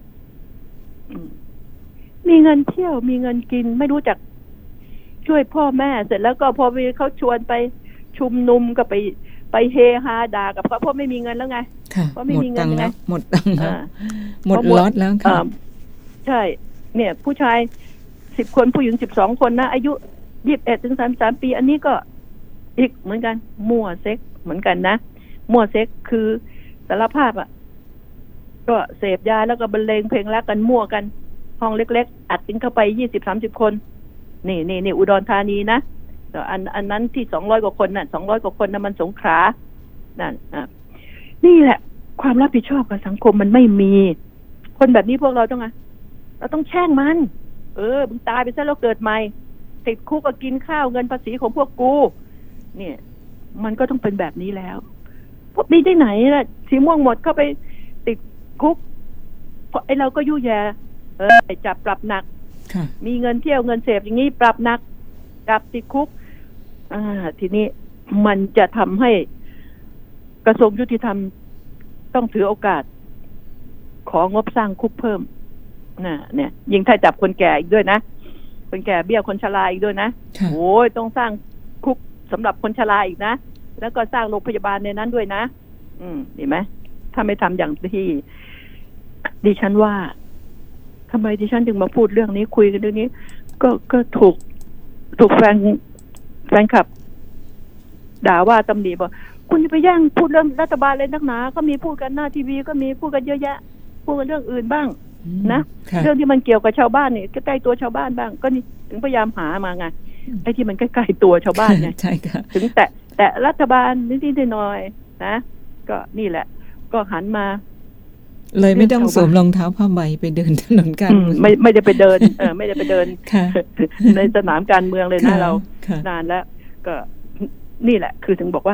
มีเงินเที่ยวมีเงินกินไม่รู้จักช่วยพ่อแม่เสร็จแล้วก็พอเขาชวนไปชุมนุมก็ไปไปเฮฮาด่ากับเขาเพราะไม่มีเงินแล้วไงเพราะไม่มีเงินไงหมดตังค์แล้วหมดล็อตแล้วค่ะใช่เนี่ยผู้ชายสิบคนผู้หญิงสิบสองคนนะอายุยี่สิบเอ็ดถึงสามสิบสามปีอันนี้ก็อีกเหมือนกันมั่วเซ็กเหมือนกันนะมั่วเซ็กคือสารภาพอ่ะก็เสพยาแล้วก็บรรเลงเพลงรักกันมั่วกันห้องเล็กๆอัดกันเข้าไปยี่สิบสามสิบคนนี่นี่นี่อุดรธานีนะแต่อันอันนั้นที่สองร้อยกว่าคนน่ะสองร้อยกว่าคนน่ะมันสงขลานั่นอ่ะนี่แหละความรับผิดชอบกับสังคมมันไม่มีคนแบบนี้พวกเราต้องไงเราต้องแช่งมันเออมึงตายไปซะแล้วเกิดใหม่ติดคุกก็กินข้าวเงินภาษีของพวกกูเนี่ยมันก็ต้องเป็นแบบนี้แล้วพวกนี้ที่ไหนล่ะสีม่วงหมดเข้าไปติดคุกเพราะไอ้เราก็ยุ่ยแย่เออจับปรับหนักมีเงินเที่ยวเงินเสพอย่างนี้ปรับหนักจับติดคุกอ่าทีนี้มันจะทำให้กระทรวงยุติธรรมต้องถือโอกาสของบสร้างคุกเพิ่มน่ะเนี่ยยิ่งถ้าจับคนแก่อีกด้วยนะคนแก่เบี้ยคนชราอีกด้วยนะโอ้ยต้องสร้างคุกสำหรับคนชราอีกนะแล้วก็สร้างโรงพยาบาลในนั้นด้วยนะอืมเห็นไหมถ้าไม่ทำอย่างที่ดิฉันว่าทำไมดิฉันถึงมาพูดเรื่องนี้คุยกันเรื่องนี้ก็ก็ถูกถูกแฟนแฟนคลับด่าว่าตำหนิบอกคุณจะไปแย่งพูดเรื่องรัฐบาลเลยนักหนาก็มีพูดกันหน้าทีวีก็มีพูดกันเยอะแยะพูดกันเรื่องอื่นบ้างนะเรื่องที่มันเกี่ยวกับชาวบ้านเนี่ยใกล้ๆตัวชาวบ้านบ้างก็นี่ถึงพยายามหามาไงไอ้ที่มันใกล้ๆตัวชาวบ้านไงใช่ค่ะถึงแต่แต่รัฐบาลนิดๆหน่อยๆนะก็นี่แหละก็หันมาเลยไม่ต้องสวมรองเท้าผ้าใบไปเดินถนนการเมืองไม่ไม่ได้ไปเดินเออไม่ได้ไปเดินในสนามการเมืองเลยนะเรานานแล้วก็นี่แหละคือถึงบอกว่า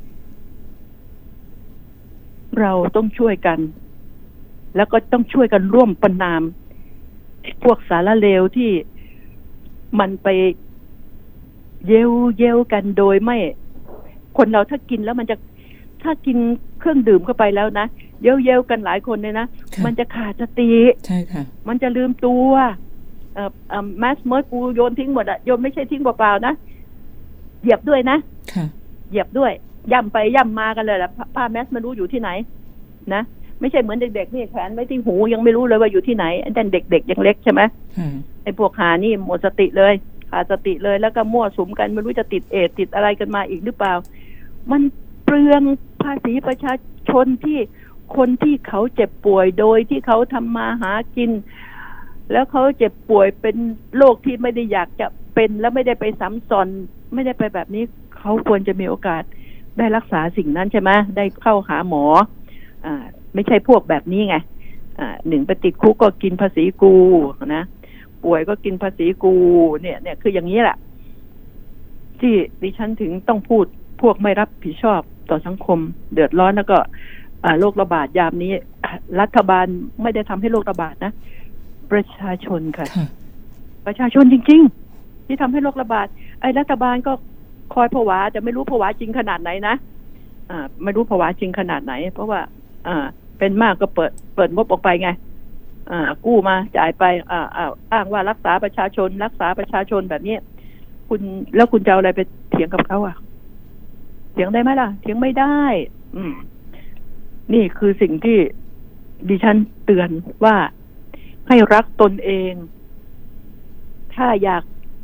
เราต้องช่วยกันแล้วก็ต้องช่วยกันร่วมประณามพวกสารเลวที่มันไปเย้วเย้วกันโดยไม่คนเราถ้ากินแล้วมันจะถ้ากินเครื่องดื่มเข้าไปแล้วนะเย้วเย้วกันหลายคนเลยนะมันจะขาดสติใช่ค่ะมันจะลืมตัวเอ่อเอ่อแมสเมอร์กูโยนทิ้งหมดอะโยนไม่ใช่ทิ้งเปล่าๆนะเหยียบด้วยนะค่ะเหยียบด้วยย่ำไปย่ำมากันเลยแหละผ้าแมสไม่รู้อยู่ที่ไหนนะไม่ใช่เหมือนเด็กๆนี่แขวนไว้ที่หูยังไม่รู้เลยว่าอยู่ที่ไหนอันนั้นเด็กๆยังเล็กใช่ไหมไอ้พวกหานี่หมดสติเลยขาดสติเลยแล้วก็มั่วสุมกันไม่รู้จะติดเอดติดอะไรกันมาอีกหรือเปล่ามันเปลืองภาษีประชาชนที่คนที่เขาเจ็บป่วยโดยที่เขาทำมาหากินแล้วเขาเจ็บป่วยเป็นโรคที่ไม่ได้อยากจะเป็นแล้วไม่ได้ไปซ้ำซ้อนไม่ได้ไปแบบนี้เขาควรจะมีโอกาสได้รักษาสิ่งนั้นใช่ไหมได้เข้าหาหมออ่าไม่ใช่พวกแบบนี้ไงอ่าหนึ่งไปติดคุกก็กินภาษีกูนะป่วยก็กินภาษีกูเนี่ยเนี่ยคืออย่างนี้แหละที่ดิฉันถึงต้องพูดพวกไม่รับผิดชอบต่อสังคมเดือดร้อนแล้วก็โรคระบาดยามนี้รัฐบาลไม่ได้ทำให้โรคระบาดนะประชาชนค่ะประชาชนจริงๆที่ทำให้โรคระบาดไอ้รัฐบาลก็คอยผวาแต่ไม่รู้ผวาจริงขนาดไหนนะอ่าไม่รู้ผวาจริงขนาดไหนเพราะว่าอ่าเป็นมากก็เปิดเปิดงบออกไปไงอ่ากู้มาจ่ายไปอ่าอ่าอ้างว่ารักษาประชาชนรักษาประชาชนแบบนี้คุณแล้วคุณจะเอาอะไรไปเถียงกับเขาอ่ะเถียงได้ไหมล่ะเถียงไม่ได้อืมนี่คือสิ่งที่ดิฉันเตือนว่าให้รักตนเองถ้าอยาก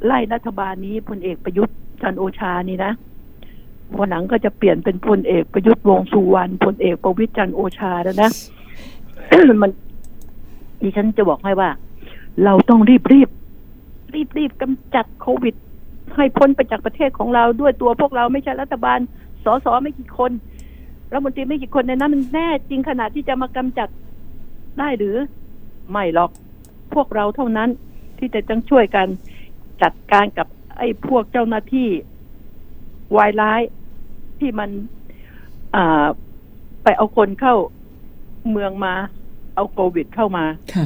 ไล่รัฐบาลนี้พลเอกประยุทธ์จันทร์โอชานี่นะวันหลังก็จะเปลี่ยนเป็นพลเอกประยุทธ์วงษ์สุวรรณพลเอกประวิตรจันทร์โอชาแล้วนะ มันดิฉันจะบอกให้ว่าเราต้องรีบรีบรีบรีบกำจัดโควิดให้พ้นไปจากประเทศของเราด้วยตัวพวกเราไม่ใช่รัฐบาลสสไม่กี่คนรัฐมนตรีไม่กี่คนในนั้นมันแน่จริงขนาดที่จะมากำจัดได้หรือไม่หรอกพวกเราเท่านั้นที่จะต้องช่วยกันจัดการกับไอ้พวกเจ้าหน้าที่วายร้ายที่มันอ่าไปเอาคนเข้าเมืองมาเอาโควิดเข้ามา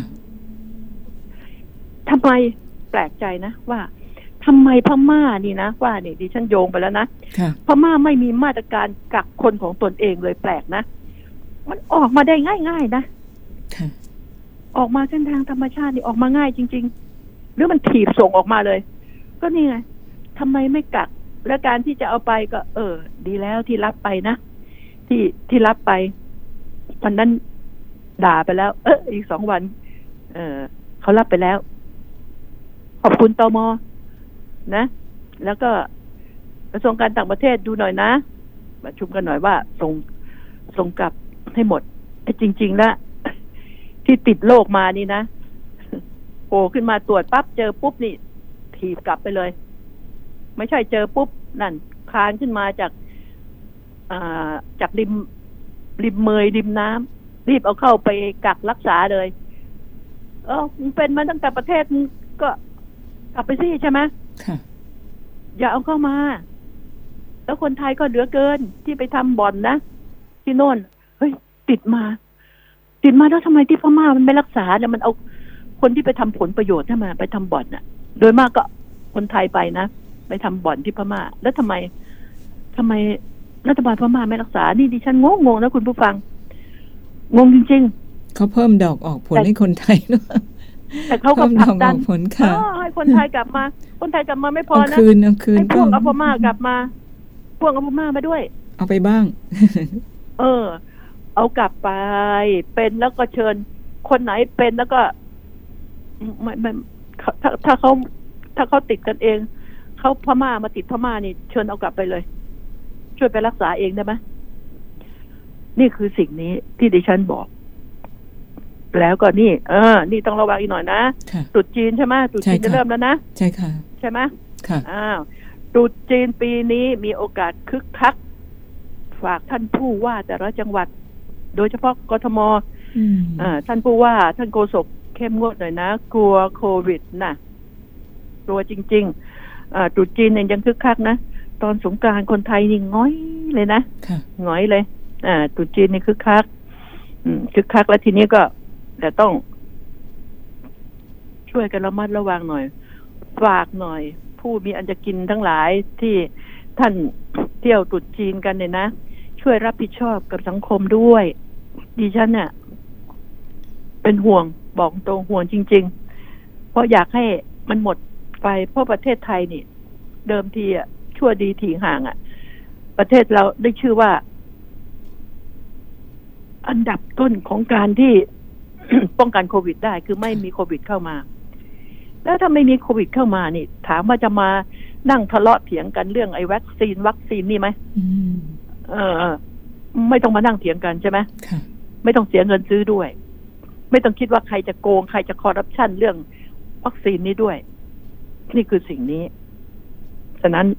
ทำไมแปลกใจนะว่าทำไมพม่านี่นะว่านี่ดิฉันโยงไปแล้วนะพม่าไม่มีมาตรการกักคนของตนเองเลยแปลกนะมันออกมาได้ง่ายๆนะออกมาเส้นทางธรรมชาตินี่ออกมาง่ายจริงๆหรือมันถีบส่งออกมาเลยก็นี่ไงทำไมไม่กักและการที่จะเอาไปก็เออดีแล้วที่รับไปนะที่ที่รับไปวันนั้นด่าไปแล้วเอออีกสองวันเออเขารับไปแล้วขอบคุณตม.นะแล้วก็กระทรวงการต่างประเทศดูหน่อยนะประชุมกันหน่อยว่าส่งส่งกลับให้หมดไอ้จริงๆแล้วที่ติดโรคมานี่นะโผล่ขึ้นมาตรวจปั๊บเจอปุ๊บนี่ถีบกลับไปเลยไม่ใช่เจอปุ๊บนั่นคลานขึ้นมาจากอ่าจากริมริมเมยริมน้ำรีบเอาเข้าไปกักรักษาเลยเออมันเป็นมาตั้งแต่ประเทศก็กลับไปสิใช่ไหมค่ะอย่าเอาเข้ามาแล้วคนไทยก็เหลือเกินที่ไปทำบ่อนนะที่โน่นเฮ้ยติดมาติดมาแล้วทำไมที่พม่ามันไม่รักษาเนี่ยมันเอาคนที่ไปทำผลประโยชน์ให้มาไปทำบ่อนน่ะโดยมากก็คนไทยไปนะไปทำบ่อนที่พม่าแล้วทำไมทำไมรัฐบาลพม่าไม่รักษานี่ดิฉันงงงนะคุณผู้ฟังงงจริงๆเขาเพิ่มดอกออกผลให้คนไทยเนาะแต่เขาก็ผลักดันผลค่ะให้คนไทยกลับมาคนไทยกลับมาไม่พอนะให้พวกอัปม่ากลับมาพวกอัปม่ามาด้วยเอาไปบ้างเออเอากลับไปเป็นแล้วก็เชิญคนไหนเป็นแล้วก็ไม่ไม่ถ้าถ้าเขาถ้าเขาติดกันเองเขาพม่ามาติดพม่านี่เชิญเอากลับไปเลยช่วยไปรักษาเองได้ไหมนี่คือสิ่งนี้ที่ดิฉันบอกแล้วก็นี่เออนี่ต้องระวังอีกหน่อยนะตรุษจีนใช่ไหมตรุษจีนจะเริ่มแล้วนะใช่ค่ะใช่ไหมค่ะอ้าวตรุษจีนปีนี้มีโอกาสคึกคักฝากท่านผู้ว่าแต่ละจังหวัดโดยเฉพาะกทมอ่าท่านผู้ว่าท่านโฆษกเข้มงวดหน่อยนะกลัวโควิดนะกลัวจริงๆอ่าตรุษจีนเนี่ยยังคึกคักนะตอนสงกรานต์คนไทยนี่ง้อยเลยนะง้อยเลยอ่าตรุษจีนนี่คึกคักอืมคึกคักแล้วทีนี้ก็แต่ต้องช่วยกันระมัดระวังหน่อยฝากหน่อยผู้มีอันจะกินทั้งหลายที่ท่านเที่ยวตรุษจีนกันเนี่ยนะช่วยรับผิดชอบกับสังคมด้วยดิฉันเนี่ยเป็นห่วงบอกตรงห่วงจริงๆเพราะอยากให้มันหมดไปเพราะประเทศไทยนี่เดิมทีอ่ะชั่วดีถี่ห่างอ่ะประเทศเราได้ชื่อว่าอันดับต้นของการที่ ป้องกันโควิดได้คือไม่มีโควิดเข้ามาแล้วถ้าไม่มีโควิดเข้ามานี่ถามว่าจะมานั่งทะเลาะเถียงกันเรื่องไอ้วัคซีนวัคซีนนี่ไหมเออไม่ต้องมานั่งเถียงกันใช่ไหมไม่ต้องเสียเงินซื้อด้วยไม่ต้องคิดว่าใครจะโกงใครจะคอร์รัปชันเรื่องวัคซีนนี้ด้วยนี่คือสิ่งนี้ฉะนั้น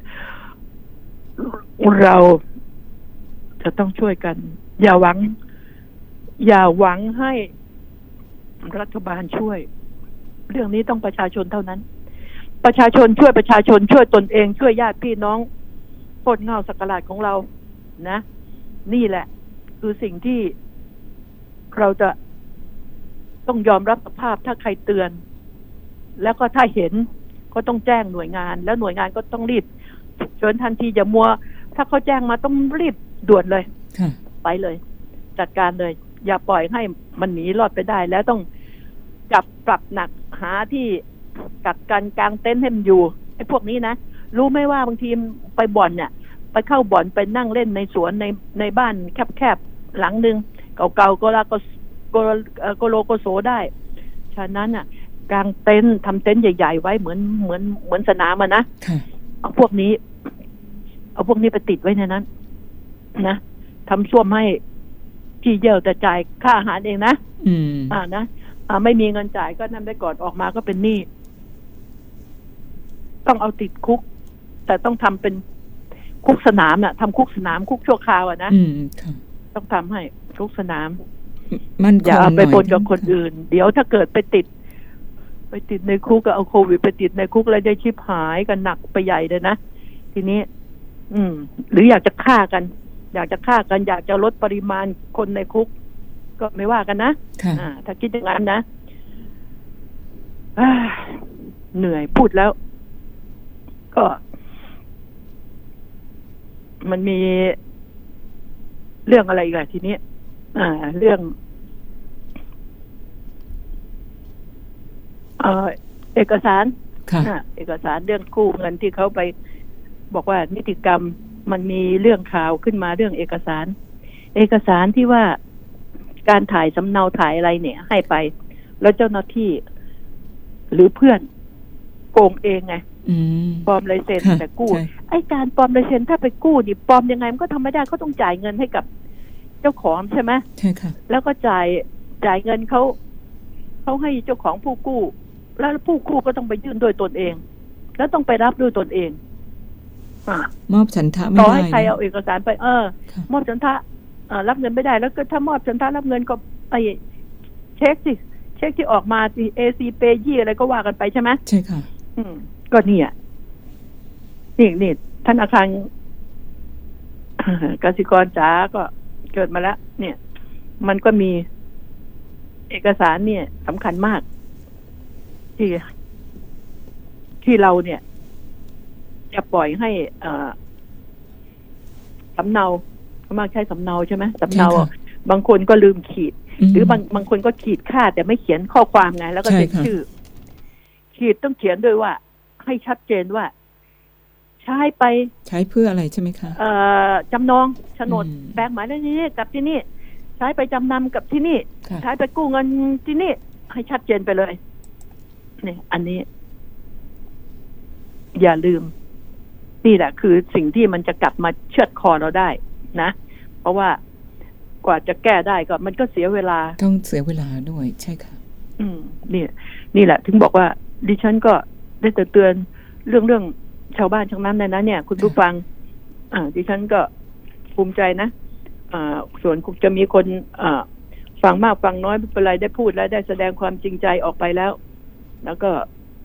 เราจะต้องช่วยกันอย่าหวังอย่าหวังให้รัฐบาลช่วยเรื่องนี้ต้องประชาชนเท่านั้นประชาชนช่วยประชาชนช่วยตนเองช่วยญาติพี่น้องโคตรเงาสักการะของเรานะนี่แหละคือสิ่งที่เราจะต้องยอมรับสภาพถ้าใครเตือนแล้วก็ถ้าเห็นก็ต้องแจ้งหน่วยงานแล้วหน่วยงานก็ต้องรีบเชิญทันทีอย่ามัวถ้าเขาแจ้งมาต้องรีบด่วนเลยไปเลยจัดการเลยอย่าปล่อยให้มันหนีรอดไปได้แล้วต้องจับปรับหนักหาที่กักกันกลางเต็นท์ให้มันอยู่ไอ้พวกนี้นะรู้ไหมว่าบางทีไปบ่อนเนี่ยไปเข้าบ่อนไปนั่งเล่นในสวนในในบ้านแคบๆหลังนึงเก่าๆก็ลาก็โกโลโกโซได้ฉะนั้นอ่ะกางเต็นท์ทำเต็นท์ใหญ่ๆไว้เหมือนเหมือนเหมือนสนามอะนะเอาพวกนี้เอาพวกนี้ไปติดไว้ในนั้นนะทำส้วมให้ที่เยี่ยวแต่จ่ายค่าอาหารเองนะอืมอ่านะอ่าไม่มีเงินจ่ายก็นั่นได้ก่อนออกมาก็เป็นหนี้ต้องเอาติดคุกแต่ต้องทำเป็นคุกสนามน่ะทำคุกสนามคุกชั่วคราวอะนะอืมค่ะต้องทำให้คุกสนามมันอย่าเอาไปปนกับคนอื่นเดี๋ยวถ้าเกิดไปติดไปติดในคุกก็เอาโควิดไปติดในคุกแล้วได้ชิบหายกันหนักไปใหญ่เลยนะทีนี้อืมหรืออยากจะฆ่ากันอยากจะฆ่ากันอยากจะลดปริมาณคนในคุกก็ไม่ว่ากันนะอ่าถ้าคิดอย่างนั้นนะเหนื่อยพูดแล้วก็มันมีเรื่องอะไรอีกล่ะทีนี้อ่าเรื่องเอ่อเอกสารค่ะเอกสารเรื่องกู้เงินที่เขาไปบอกว่านิติกรรมมันมีเรื่องข่าวขึ้นมาเรื่องเอกสารเอกสารที่ว่าการถ่ายสำเนาถ่ายอะไรเนี่ยให้ไปแล้วเจ้าหน้าที่หรือเพื่อนโกงเองไงปลอมลายเซ็นแต่กู้ไอ้การปลอมลายเซ็นถ้าไปกู้นี่ปลอมยังไงมันก็ทำไม่ได้เขาต้องจ่ายเงินให้กับเจ้าของใช่ไหมใช่ค่ะแล้วก็จ่ายจ่ายเงินเขาเขาให้เจ้าของผู้กู้แล้วผู้กู้ก็ต้องไปยื่นโดยตนเองแล้วต้องไปรับด้วยตนเองมอบฉันทะไม่ได้ต่อให้ใครเอาเอกสารไปเออมอบฉันทะรับเงินไม่ได้แล้วก็ถ้ามอบฉันทะรับเงินก็ไอ้เช็คสิเช็คที่ออกมาสิ เอ ซี Pay ยี่อะไรก็ว่ากันไปใช่ไหมใช่ค่ะอืมก็เนี่ยนี่นี่ธนาคารกสิกรจ๋าก็เกิดมาแล้วเนี่ยมันก็มีเอกสารเนี่ยสำคัญมากที่ที่เราเนี่ยจะปล่อยให้อ่าสำเนามากใช้สำเนาใช่ไหมสำเนาบางคนก็ลืมขีดหรือบางบางคนก็ขีดค่าแต่ไม่เขียนข้อความไงแล้วก็เซ็นชื่อขีดต้องเขียนด้วยว่าให้ชัดเจนว่าใช้ไปใช้เพื่ออะไรใช่ไหมคะเอ่อจำนองโฉนดแปลงหมายเลขนี้กับที่นี่ใช้ไปจำนำกับที่นี่ใช้ไปกู้เงินที่นี่ให้ชัดเจนไปเลยนี่อันนี้อย่าลืมนี่แหละคือสิ่งที่มันจะกลับมาเชือดคอเราได้นะเพราะว่ากว่าจะแก้ได้ก็มันก็เสียเวลาต้องเสียเวลาด้วยใช่ค่ะอืมนี่นี่แหละถึงบอกว่าดิฉันก็ได้เตือนเรื่องเรื่องชาวบ้านชาวนั้นเลยนะเนี่ยคุณผู้ฟังอ่าดิฉันก็ภูมิใจนะอ่าส่วนจะมีคนอ่าฟังมากฟังน้อยไม่เป็นไรได้พูดแล้วได้แสดงความจริงใจออกไปแล้วแล้วก็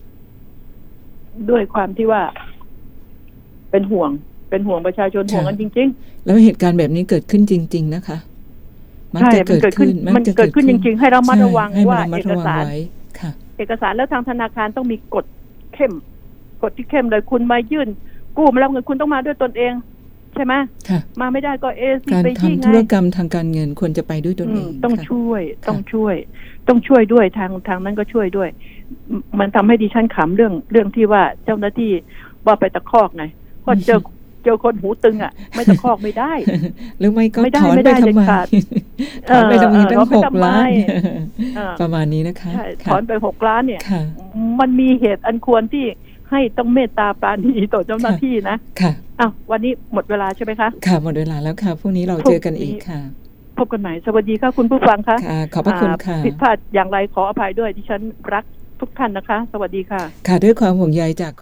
ด้วยความที่ว่าเป็นห่วงเป็นห่วงประชาชนห่วงกันจริงๆแล้วเหตุการณ์แบบนี้เกิดขึ้นจริงๆนะคะมันจะเกิดขึ้นมันเกิดขึ้นจริงๆให้เรามาระวังว่าเอกสารเอกสารแล้วทางธนาคารต้องมีกฎเข้มกฎที่เข้มเลยคุณมายื่นกู้มาแล้วเงินคุณต้องมาด้วยตนเองใช่ไหมมาไม่ได้ก็เอซีไปที่ไงการทำธุรกรรมทางการเงินควรจะไปด้วยตนเองต้องช่วยต้องช่วยต้องช่วยด้วยทางทางนั้นก็ช่วยด้วยมันทำให้ดิฉันขำเรื่องเรื่องที่ว่าเจ้าหน้าที่ว่าไปตะคอกไงพอเจอเจอคนหูตึงอ่ะไม่ตะคอกไม่ได้หรือไม่ก็ถอนไปทำไมถอนไปทำไมตั้งหกล้านประมาณนี้นะคะถอนไปหกล้านเนี่ยมันมีเหตุอันควรที่ให้ต้องเมตตาปราณีต่อเจ้าหน้าที่นะค่ะอ้าววันนี้หมดเวลาใช่ไหมคะค่ะหมดเวลาแล้วค่ะพรุ่งนี้เราเจอกันอีกค่ะพบกันใหม่สวัสดีค่ะคุณผู้ฟังค่ะขอบพระคุณค่ะผิดพลาดอย่างไรขออภัยด้วยดิฉันรักทุกท่านนะคะสวัสดีค่ะค่ะด้วยความห่วงใยจาก